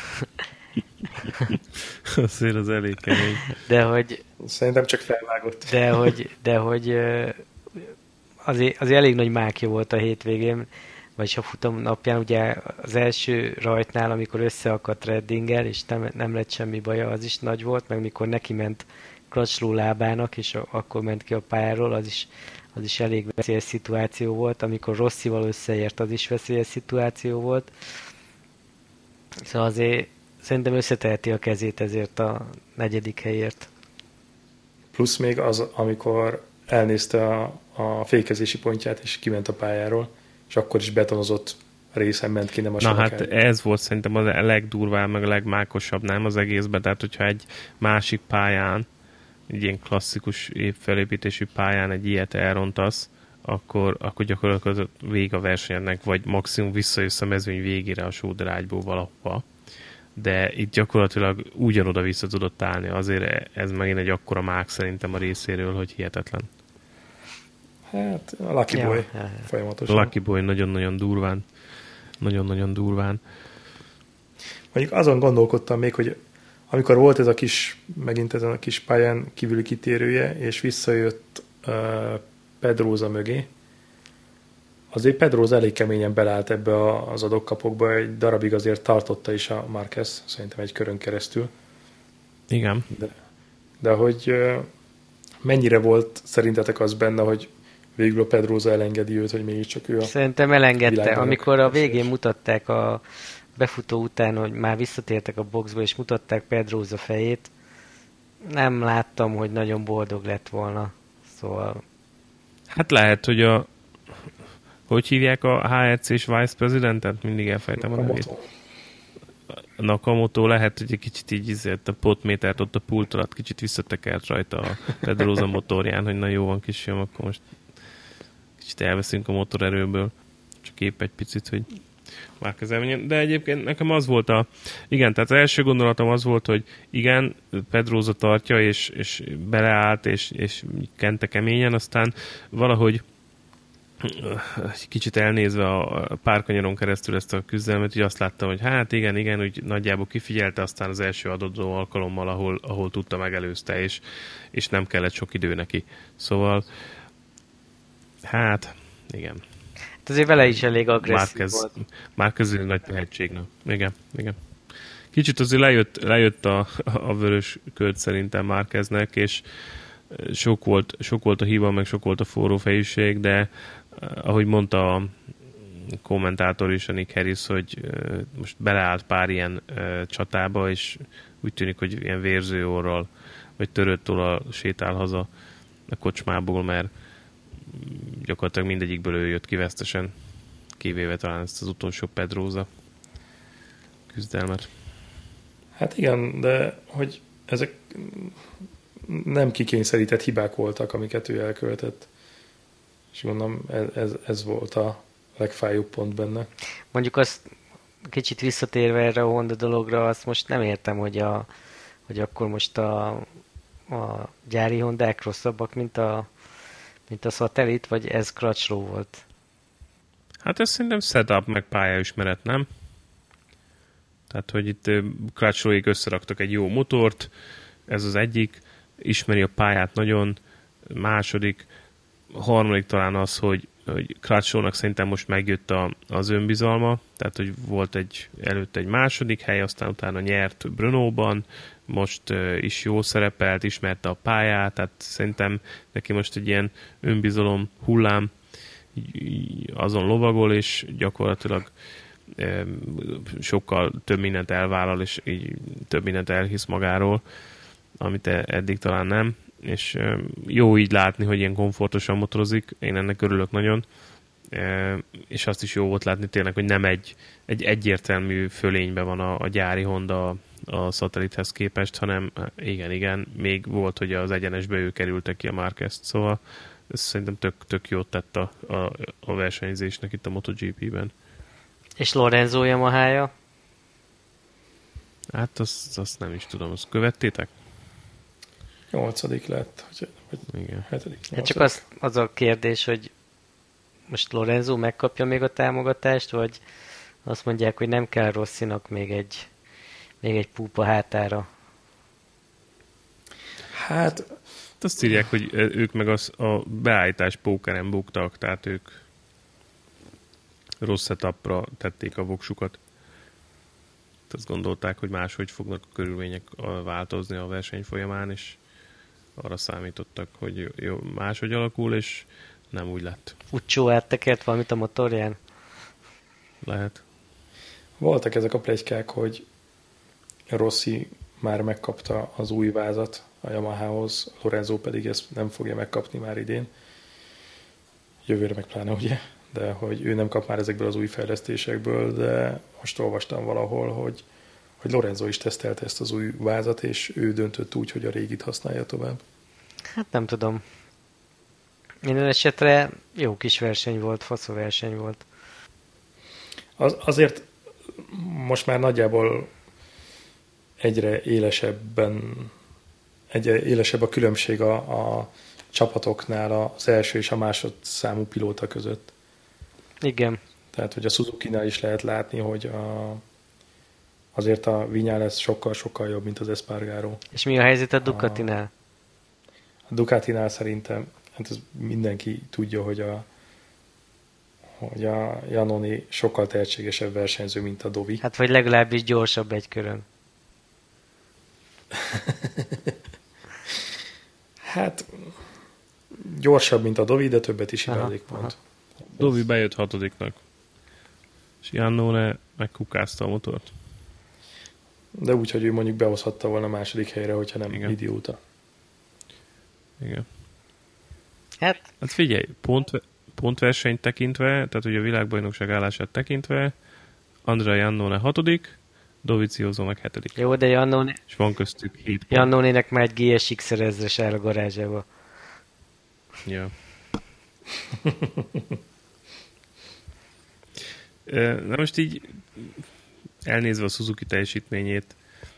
Azért az elég kemény. De hogy... Szerintem csak felvágott. De hogy... De hogy ö, azért, azért elég nagy mákja volt a hétvégén, vagyis a futam napján, ugye az első rajtnál, amikor összeakadt Reddinggel, és nem, nem lett semmi baja, az is nagy volt, meg mikor neki ment Crutchlow lábának, és a, akkor ment ki a pályáról, az is, az is elég veszélyes szituáció volt, amikor Rossival összeért, az is veszélyes szituáció volt. Szóval azért szerintem összeteheti a kezét ezért a negyedik helyért. Plusz még az, amikor elnézte a, a fékezési pontját, és kiment a pályáról, és akkor is betonozott részen ment ki, nem a Na hát sorokáig. ez volt szerintem a legdurvább, meg a legmákosabb, nem az egészben. Tehát, hogyha egy másik pályán, egy ilyen klasszikus évfelépítésű pályán egy ilyet elrontasz, akkor, akkor gyakorlatilag vég a versenynek, vagy maximum visszajössz a mezőny végére a sóderágyból valahova. De itt gyakorlatilag ugyanoda vissza tudott állni. Azért ez megint egy akkora mák szerintem a részéről, hogy hihetetlen. Hát a Lucky Ja, Boy ja, ja. folyamatosan. Lucky Boy nagyon-nagyon durván. Nagyon-nagyon durván. Mondjuk azon gondolkodtam még, hogy amikor volt ez a kis, megint ezen a kis pályán kívüli kitérője, és visszajött uh, Pedrosa mögé, azért Pedrosa elég keményen belállt ebbe a, az adokkapokba, egy darabig azért tartotta is a Marquez, szerintem egy körön keresztül. Igen. De, de hogy uh, mennyire volt szerintetek az benne, hogy végül a Pedrosa elengedi őt, hogy mégiscsak ő a... Szerintem elengedte. világbajnok Amikor a esélyes. végén mutatták a befutó után, hogy már visszatértek a boxba, és mutatták Pedrosa fejét, nem láttam, hogy nagyon boldog lett volna. Szóval... Hát lehet, hogy a hogy hívják a há er cés Vice Presidentet? Mindig elfejtem a nevét. Nakamoto. Nakamoto lehet, hogy egy kicsit így izért a potmétert ott a pult alatt kicsit visszatekert rajta a Pedrosa motorján, hogy na jó van kisfiam, akkor most kicsit elveszünk a motorerőből. Csak épp egy picit, hogy Márquez elmenjen. De egyébként nekem az volt a... Igen, tehát az első gondolatom az volt, hogy igen, Pedrosa tartja, és, és beleállt, és, és kente keményen, aztán valahogy egy kicsit elnézve a párkanyaron keresztül ezt a küzdelmet, hogy azt láttam, hogy hát igen, igen, úgy nagyjából kifigyelte, aztán az első adódó alkalommal, ahol, ahol tudta, megelőzte, és, és nem kellett sok idő neki. Szóval hát, igen. Hát azért vele is elég agresszív Márquez, volt. Márquez nagy tehetségnek. Igen, igen. Kicsit azért lejött, lejött a, a vörös köd szerintem Márqueznek, és sok volt, sok volt a hiba, meg sok volt a forró fejűség, de ahogy mondta a kommentátor is, a Nick Harris, hogy most beleállt pár ilyen csatába, és úgy tűnik, hogy ilyen vérző orral, vagy törött tollal sétál haza a kocsmából, mert gyakorlatilag mindegyikből ő jött ki vesztesen, kivéve talán ezt az utolsó Pedrosa küzdelmet. Hát igen, de hogy ezek nem kikényszerített hibák voltak, amiket ő elkövetett. És gondolom, ez, ez, ez volt a legfájóbb pont benne. Mondjuk azt kicsit visszatérve erre a Honda dologra, azt most nem értem, hogy, a, hogy akkor most a, a gyári Hondák rosszabbak, mint a, mint a Satellit, vagy ez Crutchlow volt? Hát ez szerintem setup, meg pályaismeret, nem? Tehát, hogy itt Crutchlowék összeraktak egy jó motort, ez az egyik, ismeri a pályát nagyon, második, harmadik talán az, hogy, hogy Crutchlownak szerintem most megjött a, az önbizalma, tehát, hogy volt egy előtte egy második hely, aztán utána nyert Brnóban, most uh, is jó szerepelt, ismerte a pályát, tehát szerintem neki most egy ilyen önbizalom hullám azon lovagol, és gyakorlatilag um, sokkal több mindent elvállal, és így több mindent elhisz magáról, amit eddig talán nem, és jó így látni, hogy ilyen komfortosan motorozik, én ennek örülök nagyon, és azt is jó volt látni tényleg, hogy nem egy, egy egyértelmű fölényben van a, a gyári Honda a Satellithez képest, hanem igen, igen, még volt, hogy az egyenesbe ő kerültek ki a Márquezt, szóval ez szerintem tök, tök jót tett a, a, a versenyzésnek itt a MotoGP-ben. És Lorenzo Yamahája? Hát azt, azt nem is tudom, azt követtétek? Nyolcadik lett, hogy, hogy igen. hetedik. Hát csak az, az a kérdés, hogy most Lorenzo megkapja még a támogatást, vagy azt mondják, hogy nem kell Rossinak még egy, még egy púpa hátára. Hát azt írják, hogy ők meg az, a beállítás pókeren buktak, tehát ők rossz setupra tették a voksukat. Azt gondolták, hogy máshogy fognak a körülmények változni a verseny folyamán, és arra számítottak, hogy jó, máshogy alakul, és nem úgy lett. Ucsó áttekert valamit a motorján? Lehet. Voltak ezek a pletykák, hogy Rossi már megkapta az új vázat a Yamahához, Lorenzo pedig ezt nem fogja megkapni már idén. Jövőre meg pláne, ugye? De hogy ő nem kap már ezekből az új fejlesztésekből, de most olvastam valahol, hogy, hogy Lorenzo is tesztelte ezt az új vázat, és ő döntött úgy, hogy a régit használja tovább. Hát nem tudom. Minden esetre jó kis verseny volt, faszó verseny volt. Az, azért most már nagyjából egyre élesebben, egyre élesebb a különbség a, a csapatoknál az első és a másodszámú pilóta között. Igen. Tehát, hogy a Suzuki-nál is lehet látni, hogy a, azért a Viñales sokkal-sokkal jobb, mint az Espargaro. És mi a helyzet a Ducatinál? A, a Ducatinál szerintem, hát ez mindenki tudja, hogy a, hogy a Iannone sokkal tehetségesebb versenyző, mint a Dovi. Hát vagy legalábbis gyorsabb egy körön. Hát gyorsabb, mint a Dovi, de többet is hibázik pont. Dovi bejött hatodiknak. És Iannone megkukázta a motort. De úgy, hogy ő mondjuk behozhatta volna a második helyre, hogyha nem igen. idióta. Igen. Hát, hát figyelj, pont, pontversenyt tekintve, tehát ugye a világbajnokság állását tekintve, Andrea Iannone hatodik, Dovizioso meg hetedik. jó, de Iannone... És van köztük hét pont. Iannone-nek már egy gé es iksz ezres áll a garázsába. Ja. Na most így elnézve a Suzuki teljesítményét,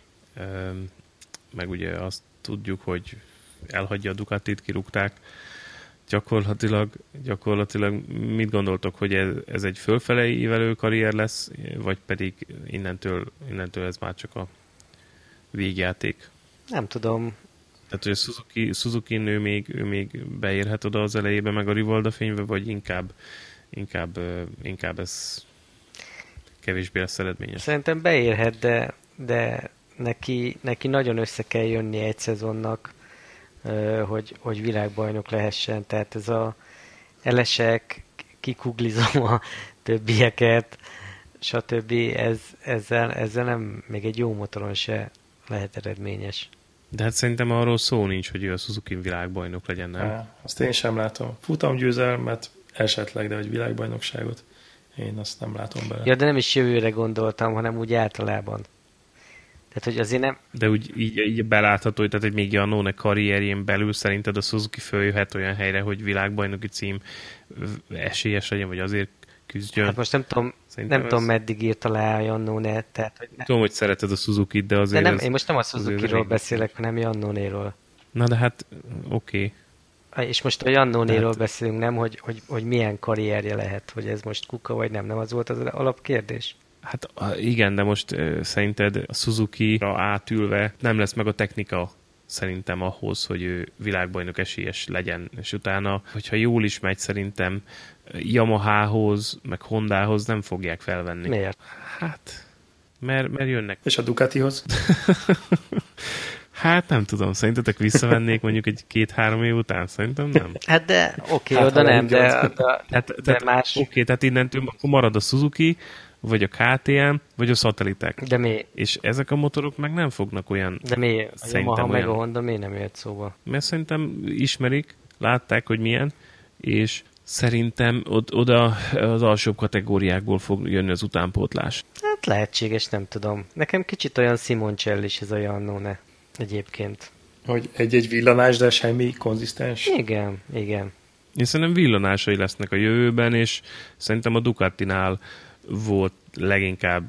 meg ugye azt tudjuk, hogy elhagyja a Ducatit, kirúgták, gyakorlatilag, gyakorlatilag mit gondoltok, hogy ez, ez egy fölfele ívelő karrier lesz, vagy pedig innentől, innentől ez már csak a végjáték? Nem tudom. Tehát, hogy a Suzuki, Suzuki ő még, ő még beérhet oda az elejébe, meg a Rivalda fénybe, vagy inkább, inkább, inkább ez kevésbé lesz eredményes? Szerintem beérhet, de, de neki, neki nagyon össze kell jönni egy szezonnak, hogy, hogy világbajnok lehessen. Tehát ez a elesek, kikuglizom a többieket, stb. Ez, ezzel, ezzel nem, még egy jó motoron se lehet eredményes. De hát szerintem arról szó nincs, hogy ő a Suzuki világbajnok legyen, nem? Há, azt én sem látom. Futamgyőzelmet esetleg, de hogy világbajnokságot én azt nem látom bele. Ja, de nem is jövőre gondoltam, hanem úgy általában. Tehát, hogy azért nem... De úgy így, így belátható, hogy tehát, hogy még Jannone karrierjén belül szerinted a Suzuki följöhet olyan helyre, hogy világbajnoki cím esélyes legyen, vagy azért küzdjön? Hát most nem tudom, nem ez... tudom meddig írt alá a Jannone, tehát... Hogy ne... Tudom, hogy szereted a Suzuki-t, de azért... De nem, ez, én most nem a Suzuki-ról beszélek, hanem Jannonéról. Na de hát, oké. Okay. És most a Jannonéról hát... beszélünk, nem, hogy, hogy, hogy milyen karrierje lehet, hogy ez most kuka vagy nem, nem az volt az alapkérdés? Hát igen, de most uh, szerinted a Suzuki-ra átülve nem lesz meg a technika szerintem ahhoz, hogy ő világbajnok esélyes legyen, és utána, hogyha jól is megy, szerintem Yamahához, meg Hondához nem fogják felvenni. Miért? Hát, mert, mert jönnek. És a Ducatihoz? Hát nem tudom, szerintetek visszavennék mondjuk egy két-három év után? Szerintem nem. Hát de oké, okay, hát, oda nem, de, de, de, hát, de tehát, más... Oké, okay, tehát innentől akkor marad a Suzuki, vagy a ká té em, vagy a szatelitek. De mi? És ezek a motorok meg nem fognak olyan... De mi? A Yamaha meg olyan... a Honda miért nem jött szóba? Mert szerintem ismerik, látták, hogy milyen, és szerintem oda az alsóbb kategóriákból fog jönni az utánpótlás. Hát lehetséges, nem tudom. Nekem kicsit olyan Simoncelli is ez a Jannone egyébként. Hogy egy-egy villanás, de semmi konzisztens? Igen, igen. Én szerintem villanásai lesznek a jövőben, és szerintem a Ducatinál volt leginkább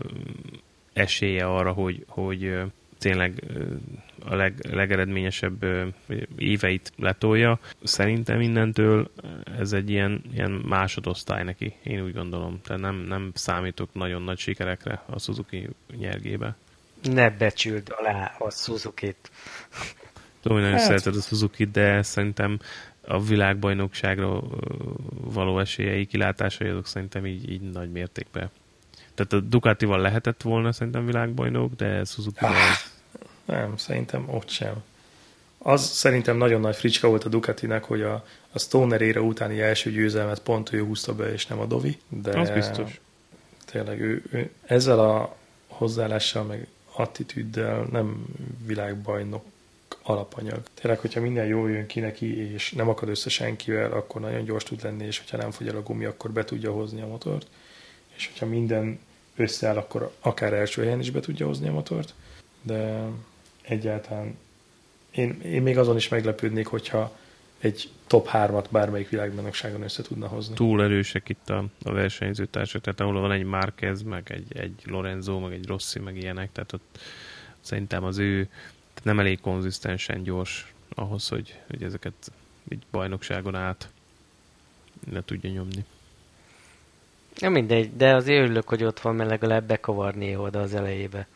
esélye arra, hogy, hogy tényleg a leg, legeredményesebb éveit letolja. Szerintem innentől ez egy ilyen, ilyen másodosztály neki, én úgy gondolom. Tehát nem, nem számítok nagyon nagy sikerekre a Suzuki nyergébe. Ne becsüld alá a Suzukit. Tudom, hogy nagyon hát. szereted a Suzukit, de szerintem a világbajnokságra való esélyei, kilátásai, azok szerintem így, így nagy mértékben. Tehát a Ducatival lehetett volna szerintem világbajnok, de Suzuki-val ah, nem, szerintem ott sem. Az szerintem nagyon nagy fricska volt a Ducatinak, hogy a, a Stoner ére utáni első győzelmet pont ő húzta be, és nem a Dovi. De az biztos. Tényleg ő, ő ezzel a hozzáállással, meg attitűddel nem világbajnok alapanyag. Tényleg, hogyha minden jól jön ki neki, és nem akad össze senkivel, akkor nagyon gyors tud lenni, és hogyha nem fogy el a gumi, akkor be tudja hozni a motort. És hogyha minden összeáll, akkor akár első helyen is be tudja hozni a motort. De egyáltalán én, én még azon is meglepődnék, hogyha egy top hármat bármelyik világbajnokságon össze tudna hozni. Túl erősek itt a, a versenyzőtársak, tehát ahol van egy Márquez, meg egy, egy Lorenzo, meg egy Rossi, meg ilyenek, tehát ott szerintem az ő nem elég konzisztensen gyors ahhoz, hogy, hogy ezeket így bajnokságon át le tudja nyomni. Ja, mindegy, de azért örülök, hogy ott van, mert legalább bekavarni oda az elejébe.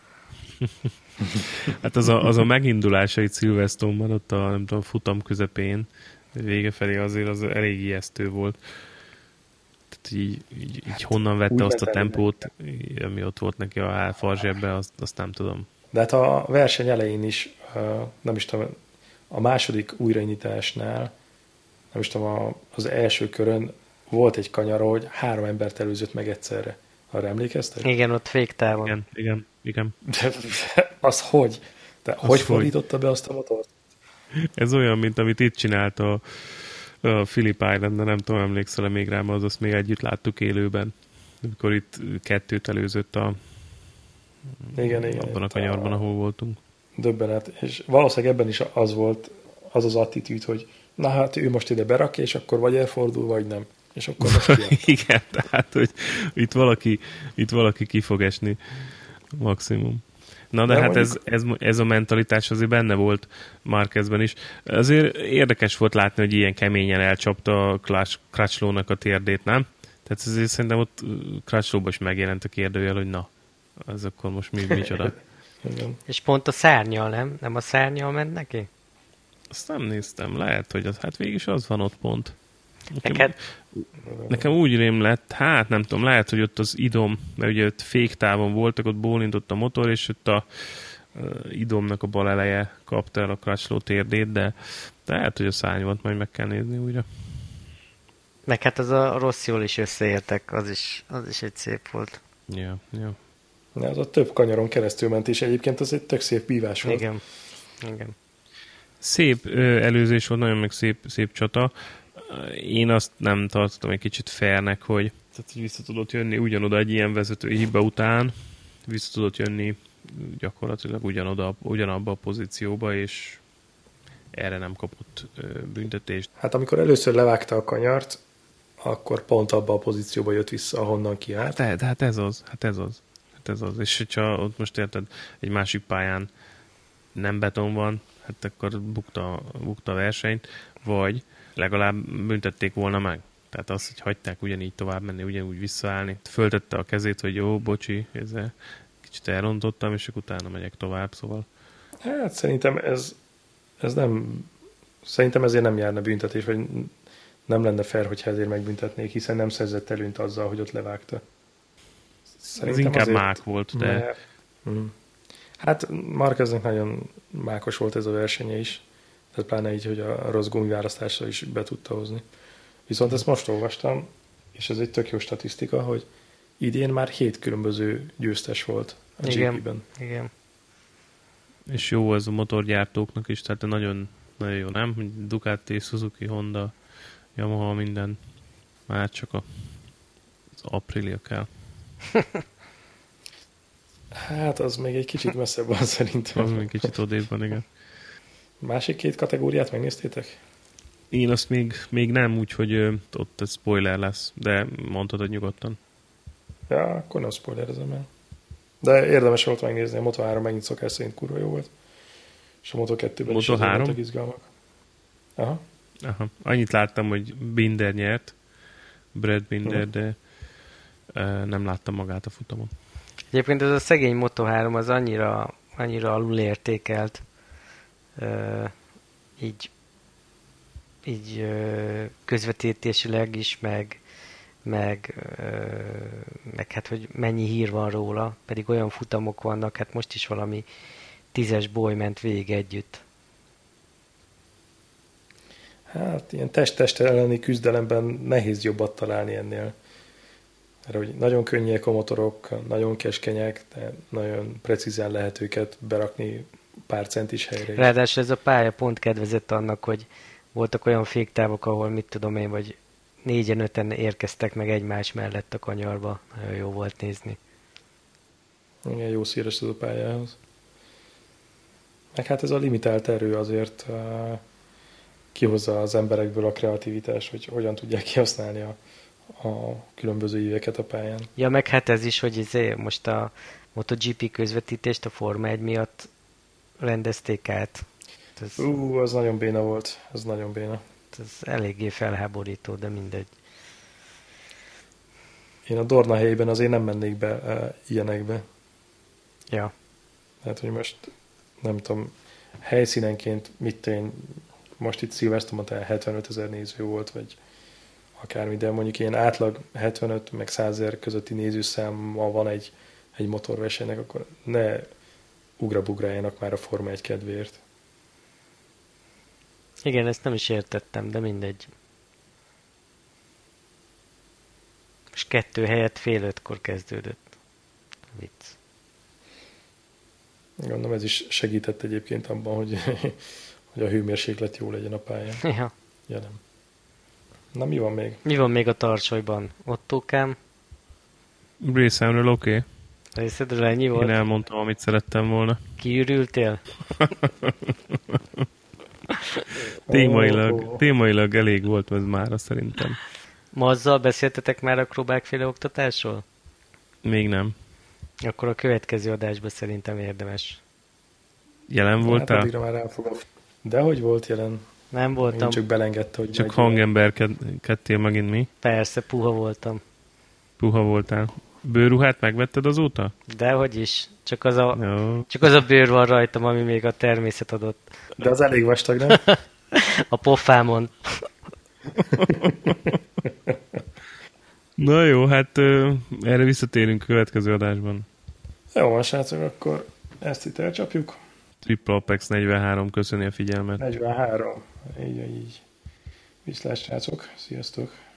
Hát az a, az a megindulása itt Silverstone-ban, ott a nem tudom, futam közepén, vége felé azért az elég ijesztő volt. Tehát így, így, így honnan vette azt a tempót, ami ott volt neki a farzsebbe, azt, azt nem tudom. De hát a verseny elején is, nem is tudom, a második újranyitásnál, nem is tudom, az első körön volt egy kanyar, hogy három embert előzött meg egyszerre. Arra emlékeztek? Igen, ott féktávon. Igen, igen, igen. De, de az hogy? De az hogy fordította be azt a motort? Ez olyan, mint amit itt csinált a, a Phillip Island, de nem tudom, emlékszel-e még rám, az azt még együtt láttuk élőben. Amikor itt kettőt előzött a igen, igen, abban a kanyarban, a... ahol voltunk. Döbbenet. És valószínűleg ebben is az volt az az attitűd, hogy na hát ő most ide berakja, és akkor vagy elfordul, vagy nem. És akkor most kiadta. Igen, tehát, hogy itt valaki, itt valaki ki fog esni maximum. Na de, de hát mondjuk... ez, ez, ez a mentalitás azért benne volt Marquezben is. Azért érdekes volt látni, hogy ilyen keményen elcsapta a Crutchlow-nak a térdét, nem? Tehát azért szerintem ott Crutchlow-ban is megjelent a kérdőjel, hogy na, az akkor most mi, micsoda. És pont a szárnyal, nem? Nem a szárnyal ment neki? Azt nem néztem, lehet, hogy az, hát végig is az van ott pont. Nekem, Neked? nekem úgy rém lett, hát nem tudom, lehet, hogy ott az idom, mert ugye ott féktávon voltak, ott bólintott a motor, és ott a uh, idomnak a bal eleje kapta el a Crutchlow térdét, de, de lehet, hogy a szárny volt, majd meg kell nézni újra. Meg hát az a rossz jól is összeértek, az is, az is egy szép volt. Ja, ja. De az a több kanyaron keresztül ment, és egyébként az egy tök szép bívás volt. Igen, igen. Szép ö, előzés volt, nagyon meg szép, szép csata. Én azt nem tartottam egy kicsit fairnek, hogy, tehát, hogy vissza tudott jönni ugyanoda egy ilyen vezetői hiba után, vissza tudott jönni gyakorlatilag ugyanoda, ugyanabba a pozícióba, és erre nem kapott ö, büntetést. Hát amikor először levágta a kanyart, akkor pont abba a pozícióba jött vissza, ahonnan kiállt. Hát, hát ez az, hát ez az. Hát ez az. És hogyha ott most érted, egy másik pályán nem beton van, hát akkor bukta, bukta a versenyt, vagy legalább büntették volna meg. Tehát azt, hogy hagyták ugyanígy tovább menni, ugyanúgy visszaállni. Föltette a kezét, hogy jó, bocsi, ezzel kicsit elrontottam, és akkor utána megyek tovább, szóval. Hát szerintem ez, ez nem, szerintem ezért nem járna büntetés, vagy nem lenne fair, hogyha ezért megbüntetnék, hiszen nem szerzett előnyt azzal, hogy ott levágta. Szerintem ez inkább azért, mák volt, de... Mert, mm. Hát Marqueznek nagyon mákos volt ez a versenye is, tehát pláne így, hogy a rossz gumiválasztásra is be tudta hozni. Viszont ezt most olvastam, és ez egy tök jó statisztika, hogy idén már hét különböző győztes volt a igen, gé pében. Igen. És jó ez a motorgyártóknak is, tehát nagyon, nagyon jó, nem? Ducati, Suzuki, Honda, Yamaha, minden. Már csak a, az Aprilia kell. Hát az még egy kicsit messzebb van szerintem. Az még kicsit odébb van, igen. Másik két kategóriát megnéztétek? Én azt még, még nem, úgyhogy ö, ott egy spoiler lesz, de mondhatod nyugodtan. Ja, akkor nem spoilerezem el. De érdemes volt megnézni, a Moto három megint szokás szerint kurva jó volt. És a Moto kettőben Moto is három? voltak izgalmak. Aha. Aha. Annyit láttam, hogy Binder nyert, Brad Binder, hmm. de ö, nem láttam magát a futamon. Egyébként ez a szegény Moto három az annyira, annyira alulértékelt, ö, így, így ö, közvetítésileg is, meg, meg, ö, meg hát, hogy mennyi hír van róla, pedig olyan futamok vannak, hát most is valami tízes boly ment végig együtt. Hát ilyen test-test elleni küzdelemben nehéz jobbat találni ennél. Mert hogy nagyon könnyűek a motorok, nagyon keskenyek, de nagyon precízen lehet őket berakni pár centis helyre. Ráadásul ez a pálya pont kedvezett annak, hogy voltak olyan féktávok, ahol mit tudom én, vagy négyen, öten érkeztek meg egymás mellett a kanyarba. Nagyon jó volt nézni. Igen, jó szíres ez a pályához. Meg hát ez a limitált erő azért uh, kihozza az emberekből a kreativitás, hogy hogyan tudják kihasználni a a különböző éveket a pályán. Ja, meg hát ez is, hogy izé, most a MotoGP közvetítést a Forma egy miatt rendezték át. Ez, Ú, az nagyon béna volt. Ez nagyon béna. Ez eléggé felháborító, de mindegy. Én a Dorna helyében azért nem mennék be uh, ilyenekbe. Ja. Hát, hogy most nem tudom, helyszínenként mit én most itt Silverstone-on hetvenöt ezer néző volt, vagy akármi, de mondjuk ilyen átlag hetvenöt meg százezer közötti nézőszáma van egy, egy motorversenynek, akkor ne ugrabugráljanak már a Forma egy kedvéért. Igen, ezt nem is értettem, de mindegy. És kettő helyett fél ötkor kezdődött. Vicc. Gondolom ez is segített egyébként abban, hogy, hogy a hőmérséklet jó legyen a pályán. Ja. Ja, nem. Na, mi van még? Mi van még a tarsolyban? Ottókám? Részemről oké. Okay. Részedről ennyi volt? Én elmondtam, amit szerettem volna. Kiürültél? témailag, témailag elég volt ez mára szerintem. Mazzal beszéltetek már a Krobákféle oktatásról? Még nem. Akkor a következő adásban szerintem érdemes. Jelen voltál? Hát addigra már rá fogom. De hogy volt jelen? Nem voltam. Én csak belengedte, hogy... Csak hangemberkedtél megint mi? Persze, puha voltam. Puha voltál. Bőrruhát megvetted azóta? Dehogy is. Csak az a, Jó. csak az a bőr van rajtam, ami még a természet adott. De az elég vastag, nem? A pofámon. Na jó, hát ö, erre visszatérünk a következő adásban. Jó van, srácok, akkor ezt itt elcsapjuk. Triple Apex negyvenhárom, köszöni a figyelmet. negyvenhárom. Így, így. Viszlát, srácok. Sziasztok.